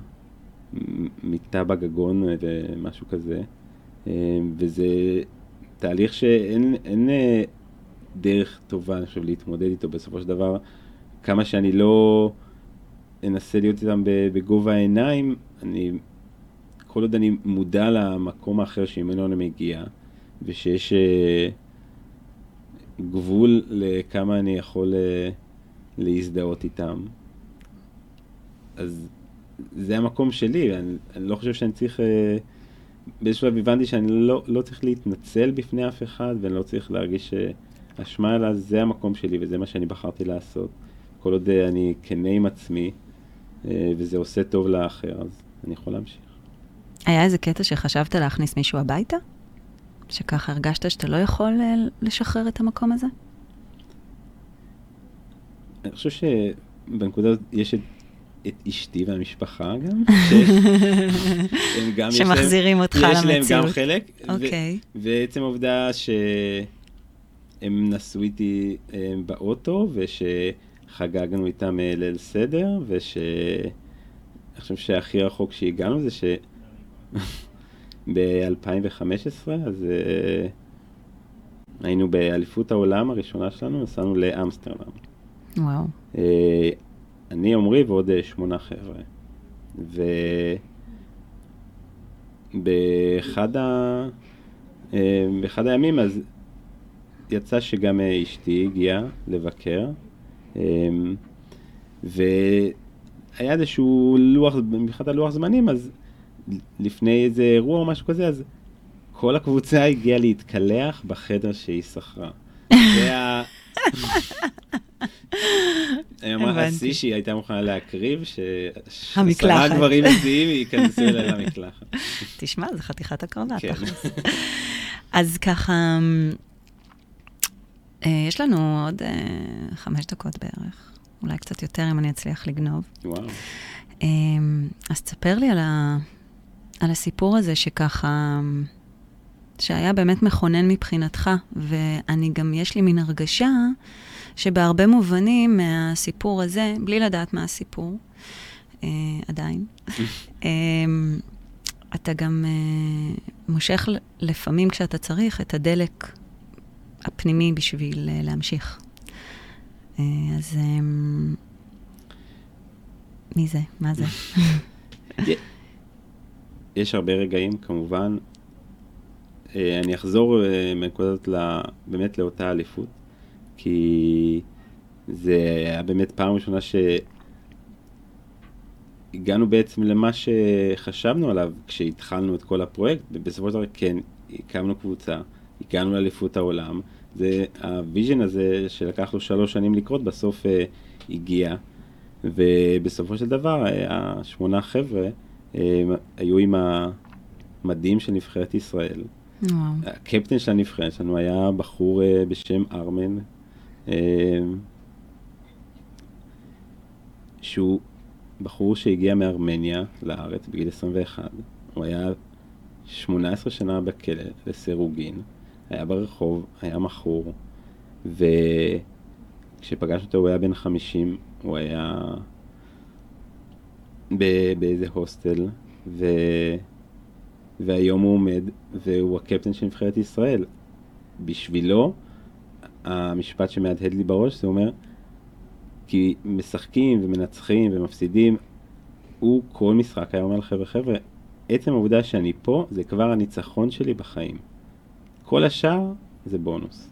למיטה בגגון ומשהו כזה. וזה תהליך שאין דרך טובה, אני חושב, להתמודד איתו. בסופו של דבר, כמה שאני לא אנסה להיות איתם בגובה העיניים, כל עוד אני מודע למקום האחר שממנו אני מגיע, ושיש גבול לכמה אני יכול להזדהות איתם, אז זה המקום שלי. אני לא חושב שאני צריך, באיזשהו שלב הבנתי שאני לא צריך להתנצל בפני אף אחד, ואני לא צריך להרגיש אשמה, אלא זה המקום שלי, וזה מה שאני בחרתי לעשות. כל עוד אני כנה עם עצמי, וזה עושה טוב לאחר, אז אני יכול להמשיך. היה איזה קטע שחשבת להכניס מישהו הביתה? שככה הרגשת שאתה לא יכול לשחרר את המקום הזה? אני חושב שבנקודה הזאת יש את אשתי והמשפחה גם. שמחזירים אותך למציאות. יש להם גם חלק. אוקיי. ועצם העובדה שהם נסעו איתי באוטו, ושחגגנו איתם ליל סדר, אני חושב שהכי רחוק שהגענו זה ב-2015, אז היינו באליפות העולם הראשונה שלנו, נסענו לאמסטרדם. וואו. אני, עומרי ועוד 8 חבר'ה. ובאחד הימים אז יצא שגם אשתי הגיעה לבקר, והיה איזשהו לוח, במיוחד הלוח זמנים, אז לפני איזה אירוע או משהו כזה, אז כל הקבוצה הגיעה להתקלח בחדר שהיא שכרה. זה אמרה השיא שהיא הייתה מוכנה להקריב, ש10 גברים מזיעים ייכנסו אליי למקלחת. תשמע, זה חתיכת הקרבה. אז ככה, יש לנו עוד 5 דקות בערך. אולי קצת יותר אם אני אצליח לגנוב. וואו. אז תספר לי על הסיפור הזה שככה, שהיה באמת מכונן מבחינתך, ואני גם, יש לי מין הרגשה שבהרבה מובנים מהסיפור הזה, בלי לדעת מה הסיפור, עדיין, אתה גם מושך לפעמים כשאתה צריך את הדלק הפנימי בשביל להמשיך. אז מי זה? מה זה? יש הרבה רגעים, כמובן. אני אחזור מנקודת באמת לאותה אליפות, כי זה היה באמת פעם ראשונה שהגענו בעצם למה שחשבנו עליו כשהתחלנו את כל הפרויקט, ובסופו של דבר כן, הקמנו קבוצה, הגענו לאליפות העולם, זה הוויז'ן הזה שלקח לו 3 שנים לקרות, בסוף הגיע, ובסופו של דבר 8 חבר'ה היו עם המדים של נבחרת ישראל. וואו. הקפטן של הנבחרת שלנו היה בחור בשם ארמן, שהוא בחור שהגיע מארמניה לארץ בגיל 21. הוא היה 18 שנה בכלא לסירוגין, היה ברחוב, היה מכור, וכשפגשנו אותו הוא היה בן 50, הוא היה באיזה הוסטל, והיום הוא עומד, והוא הקפטן של נבחרת ישראל. בשבילו, המשפט שמהדהד לי בראש, זה אומר, כי משחקים ומנצחים ומפסידים, הוא כל משחק היה אומר לחבר'ה, עצם העובדה שאני פה, זה כבר הניצחון שלי בחיים. כל השאר זה בונוס.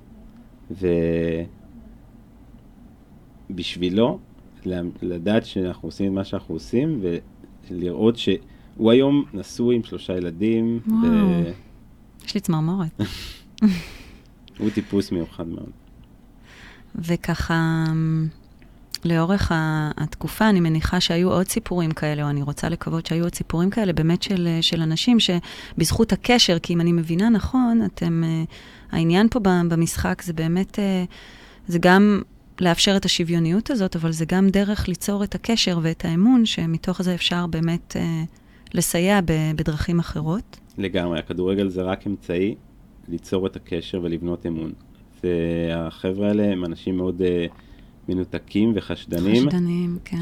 ובשבילו, לדעת שאנחנו עושים את מה שאנחנו עושים, ולראות שהוא היום נשוי עם 3 ילדים. יש לי צמרמורת. הוא טיפוס מיוחד מאוד. וככה, לאורך התקופה, אני מניחה שהיו עוד סיפורים כאלה, או אני רוצה לקוות שהיו עוד סיפורים כאלה, באמת של אנשים שבזכות הקשר, כי אם אני מבינה נכון, העניין פה במשחק זה באמת, זה גם לאפשר את השוויוניות הזאת, אבל זה גם דרך ליצור את הקשר ואת האמון, שמתוך זה אפשר באמת לסייע בדרכים אחרות. לגמרי, הכדורגל זה רק אמצעי ליצור את הקשר ולבנות אמון. והחבר'ה האלה הם אנשים מאוד מנותקים וחשדנים. חשדנים, כן.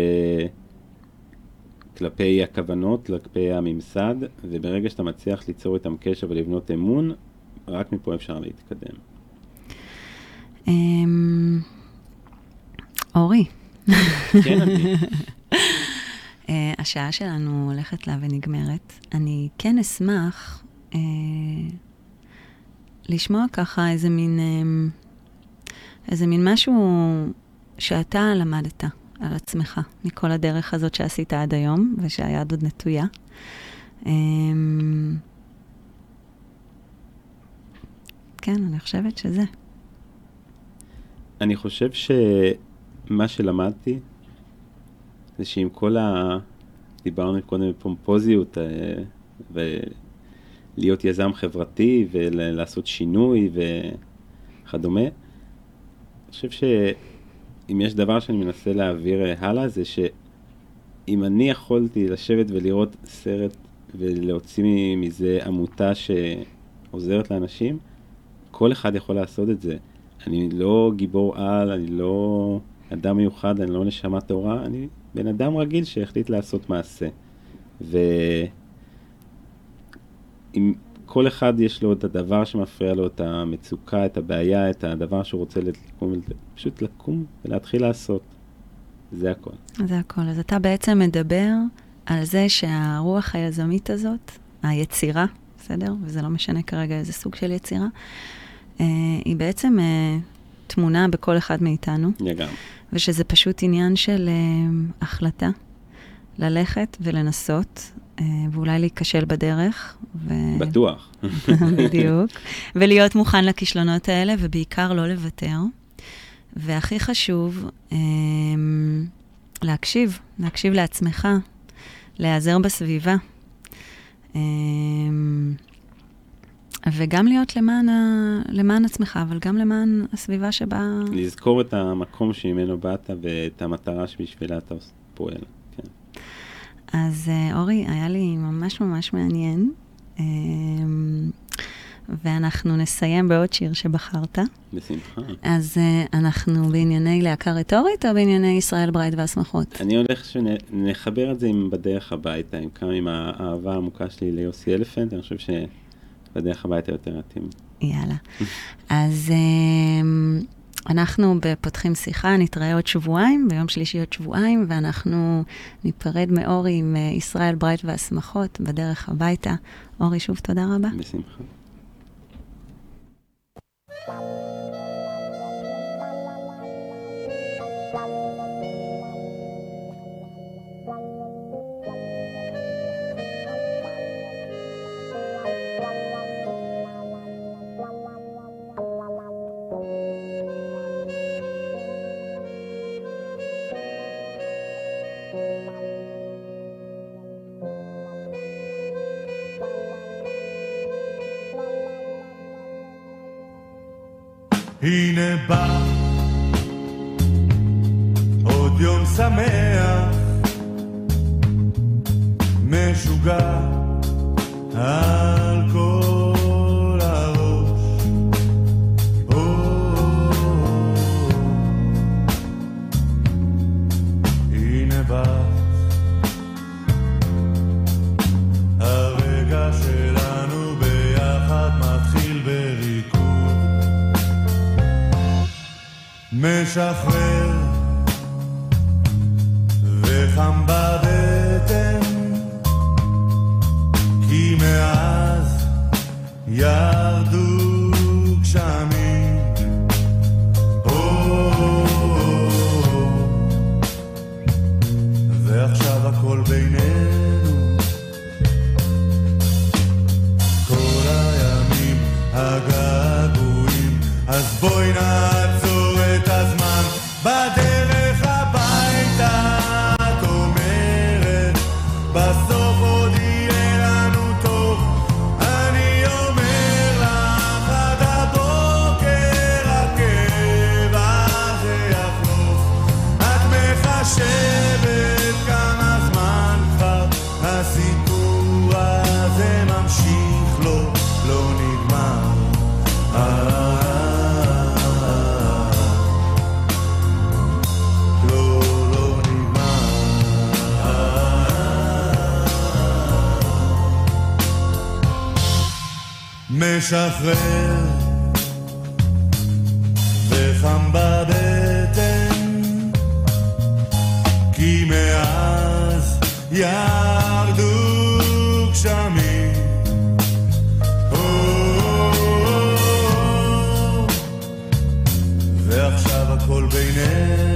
כלפי הכוונות, כלפי הממסד, וברגע שאתה מצליח ליצור איתם קשר ולבנות אמון, רק מפה אפשר להתקדם. אורי. כן, אני. השעה שלנו הולכת לה ונגמרת. אני כן אשמח לשמוע ככה איזה מין משהו שאתה למדת על עצמך, מכל הדרך הזאת שעשית עד היום, ושהיד עוד נטויה. כן, אני חושבת שזה. אני חושב שמה שלמדתי, זה שעם כל דיברנו קודם בפומפוזיות, ולהיות יזם חברתי, ולעשות שינוי וכדומה, אני חושב שאם יש דבר שאני מנסה להעביר הלאה, זה שאם אני יכולתי לשבת ולראות סרט, ולהוציא מזה עמותה שעוזרת לאנשים, כל אחד יכול לעשות את זה. אני לא גיבור על, אני לא אדם מיוחד, אני לא נשמה תורה, אני בן אדם רגיל שהחליט לעשות מעשה. ואם כל אחד יש לו את הדבר שמפריע לו, את המצוקה, את הבעיה, את הדבר שהוא רוצה פשוט לקום ולהתחיל לעשות. זה הכל. זה הכל. אז אתה בעצם מדבר על זה שהרוח היזמית הזאת, היצירה, בסדר? וזה לא משנה כרגע איזה סוג של יצירה, היא בעצם תמונה בכל אחד מאיתנו. לגמרי. ושזה פשוט עניין של החלטה, ללכת ולנסות, ואולי להיכשל בדרך. בטוח. בדיוק. ולהיות מוכן לכישלונות האלה, ובעיקר לא לוותר. והכי חשוב, להקשיב לעצמך, להיעזר בסביבה. וגם להיות למען עצמך, אבל גם למען הסביבה שבה... לזכור את המקום שממנו באת ואת המטרה שבשבילה אתה פועל. כן. אז אורי, היה לי ממש ממש מעניין, ואנחנו נסיים בעוד שיר שבחרת. בשמחה. אז אנחנו בענייני להקה רטורית, או בענייני ישראל ברייט והסמכות? אני הולך שנחבר את זה עם בדרך הביתה, עם האהבה העמוקה שלי ליוסי אלפנט, אני חושב שבדרך הביתה יותר מתאים. יאללה. אז אנחנו בפותחים שיחה, נתראה עוד שבועיים, ביום שלישי עוד שבועיים, ואנחנו ניפרד מאורי עם ישראל ברייט והסמכות בדרך הביתה. אורי, שוב תודה רבה. בשמחה. הנה בא עוד יום שמח משוגע על כל הראש הנה בא הרגע שלנו ביחד מתחיל בריקוד משחרר וחם בבטן כי מאז ירדו גשמים ועכשיו הכל בינינו כל הימים הגעגועים אז בואי נעצור את הזמן בדרך הביתה את אומרת בסוף עוד יהיה לנו טוב אני אומר לך עד הבוקר הקבע זה יחלוף את מחשבת כמה זמן כבר הסיפור הזה ממשיך לא נגמר משחרר וחם בבטן כי מאז ירדו גשמים ועכשיו הכל בינינו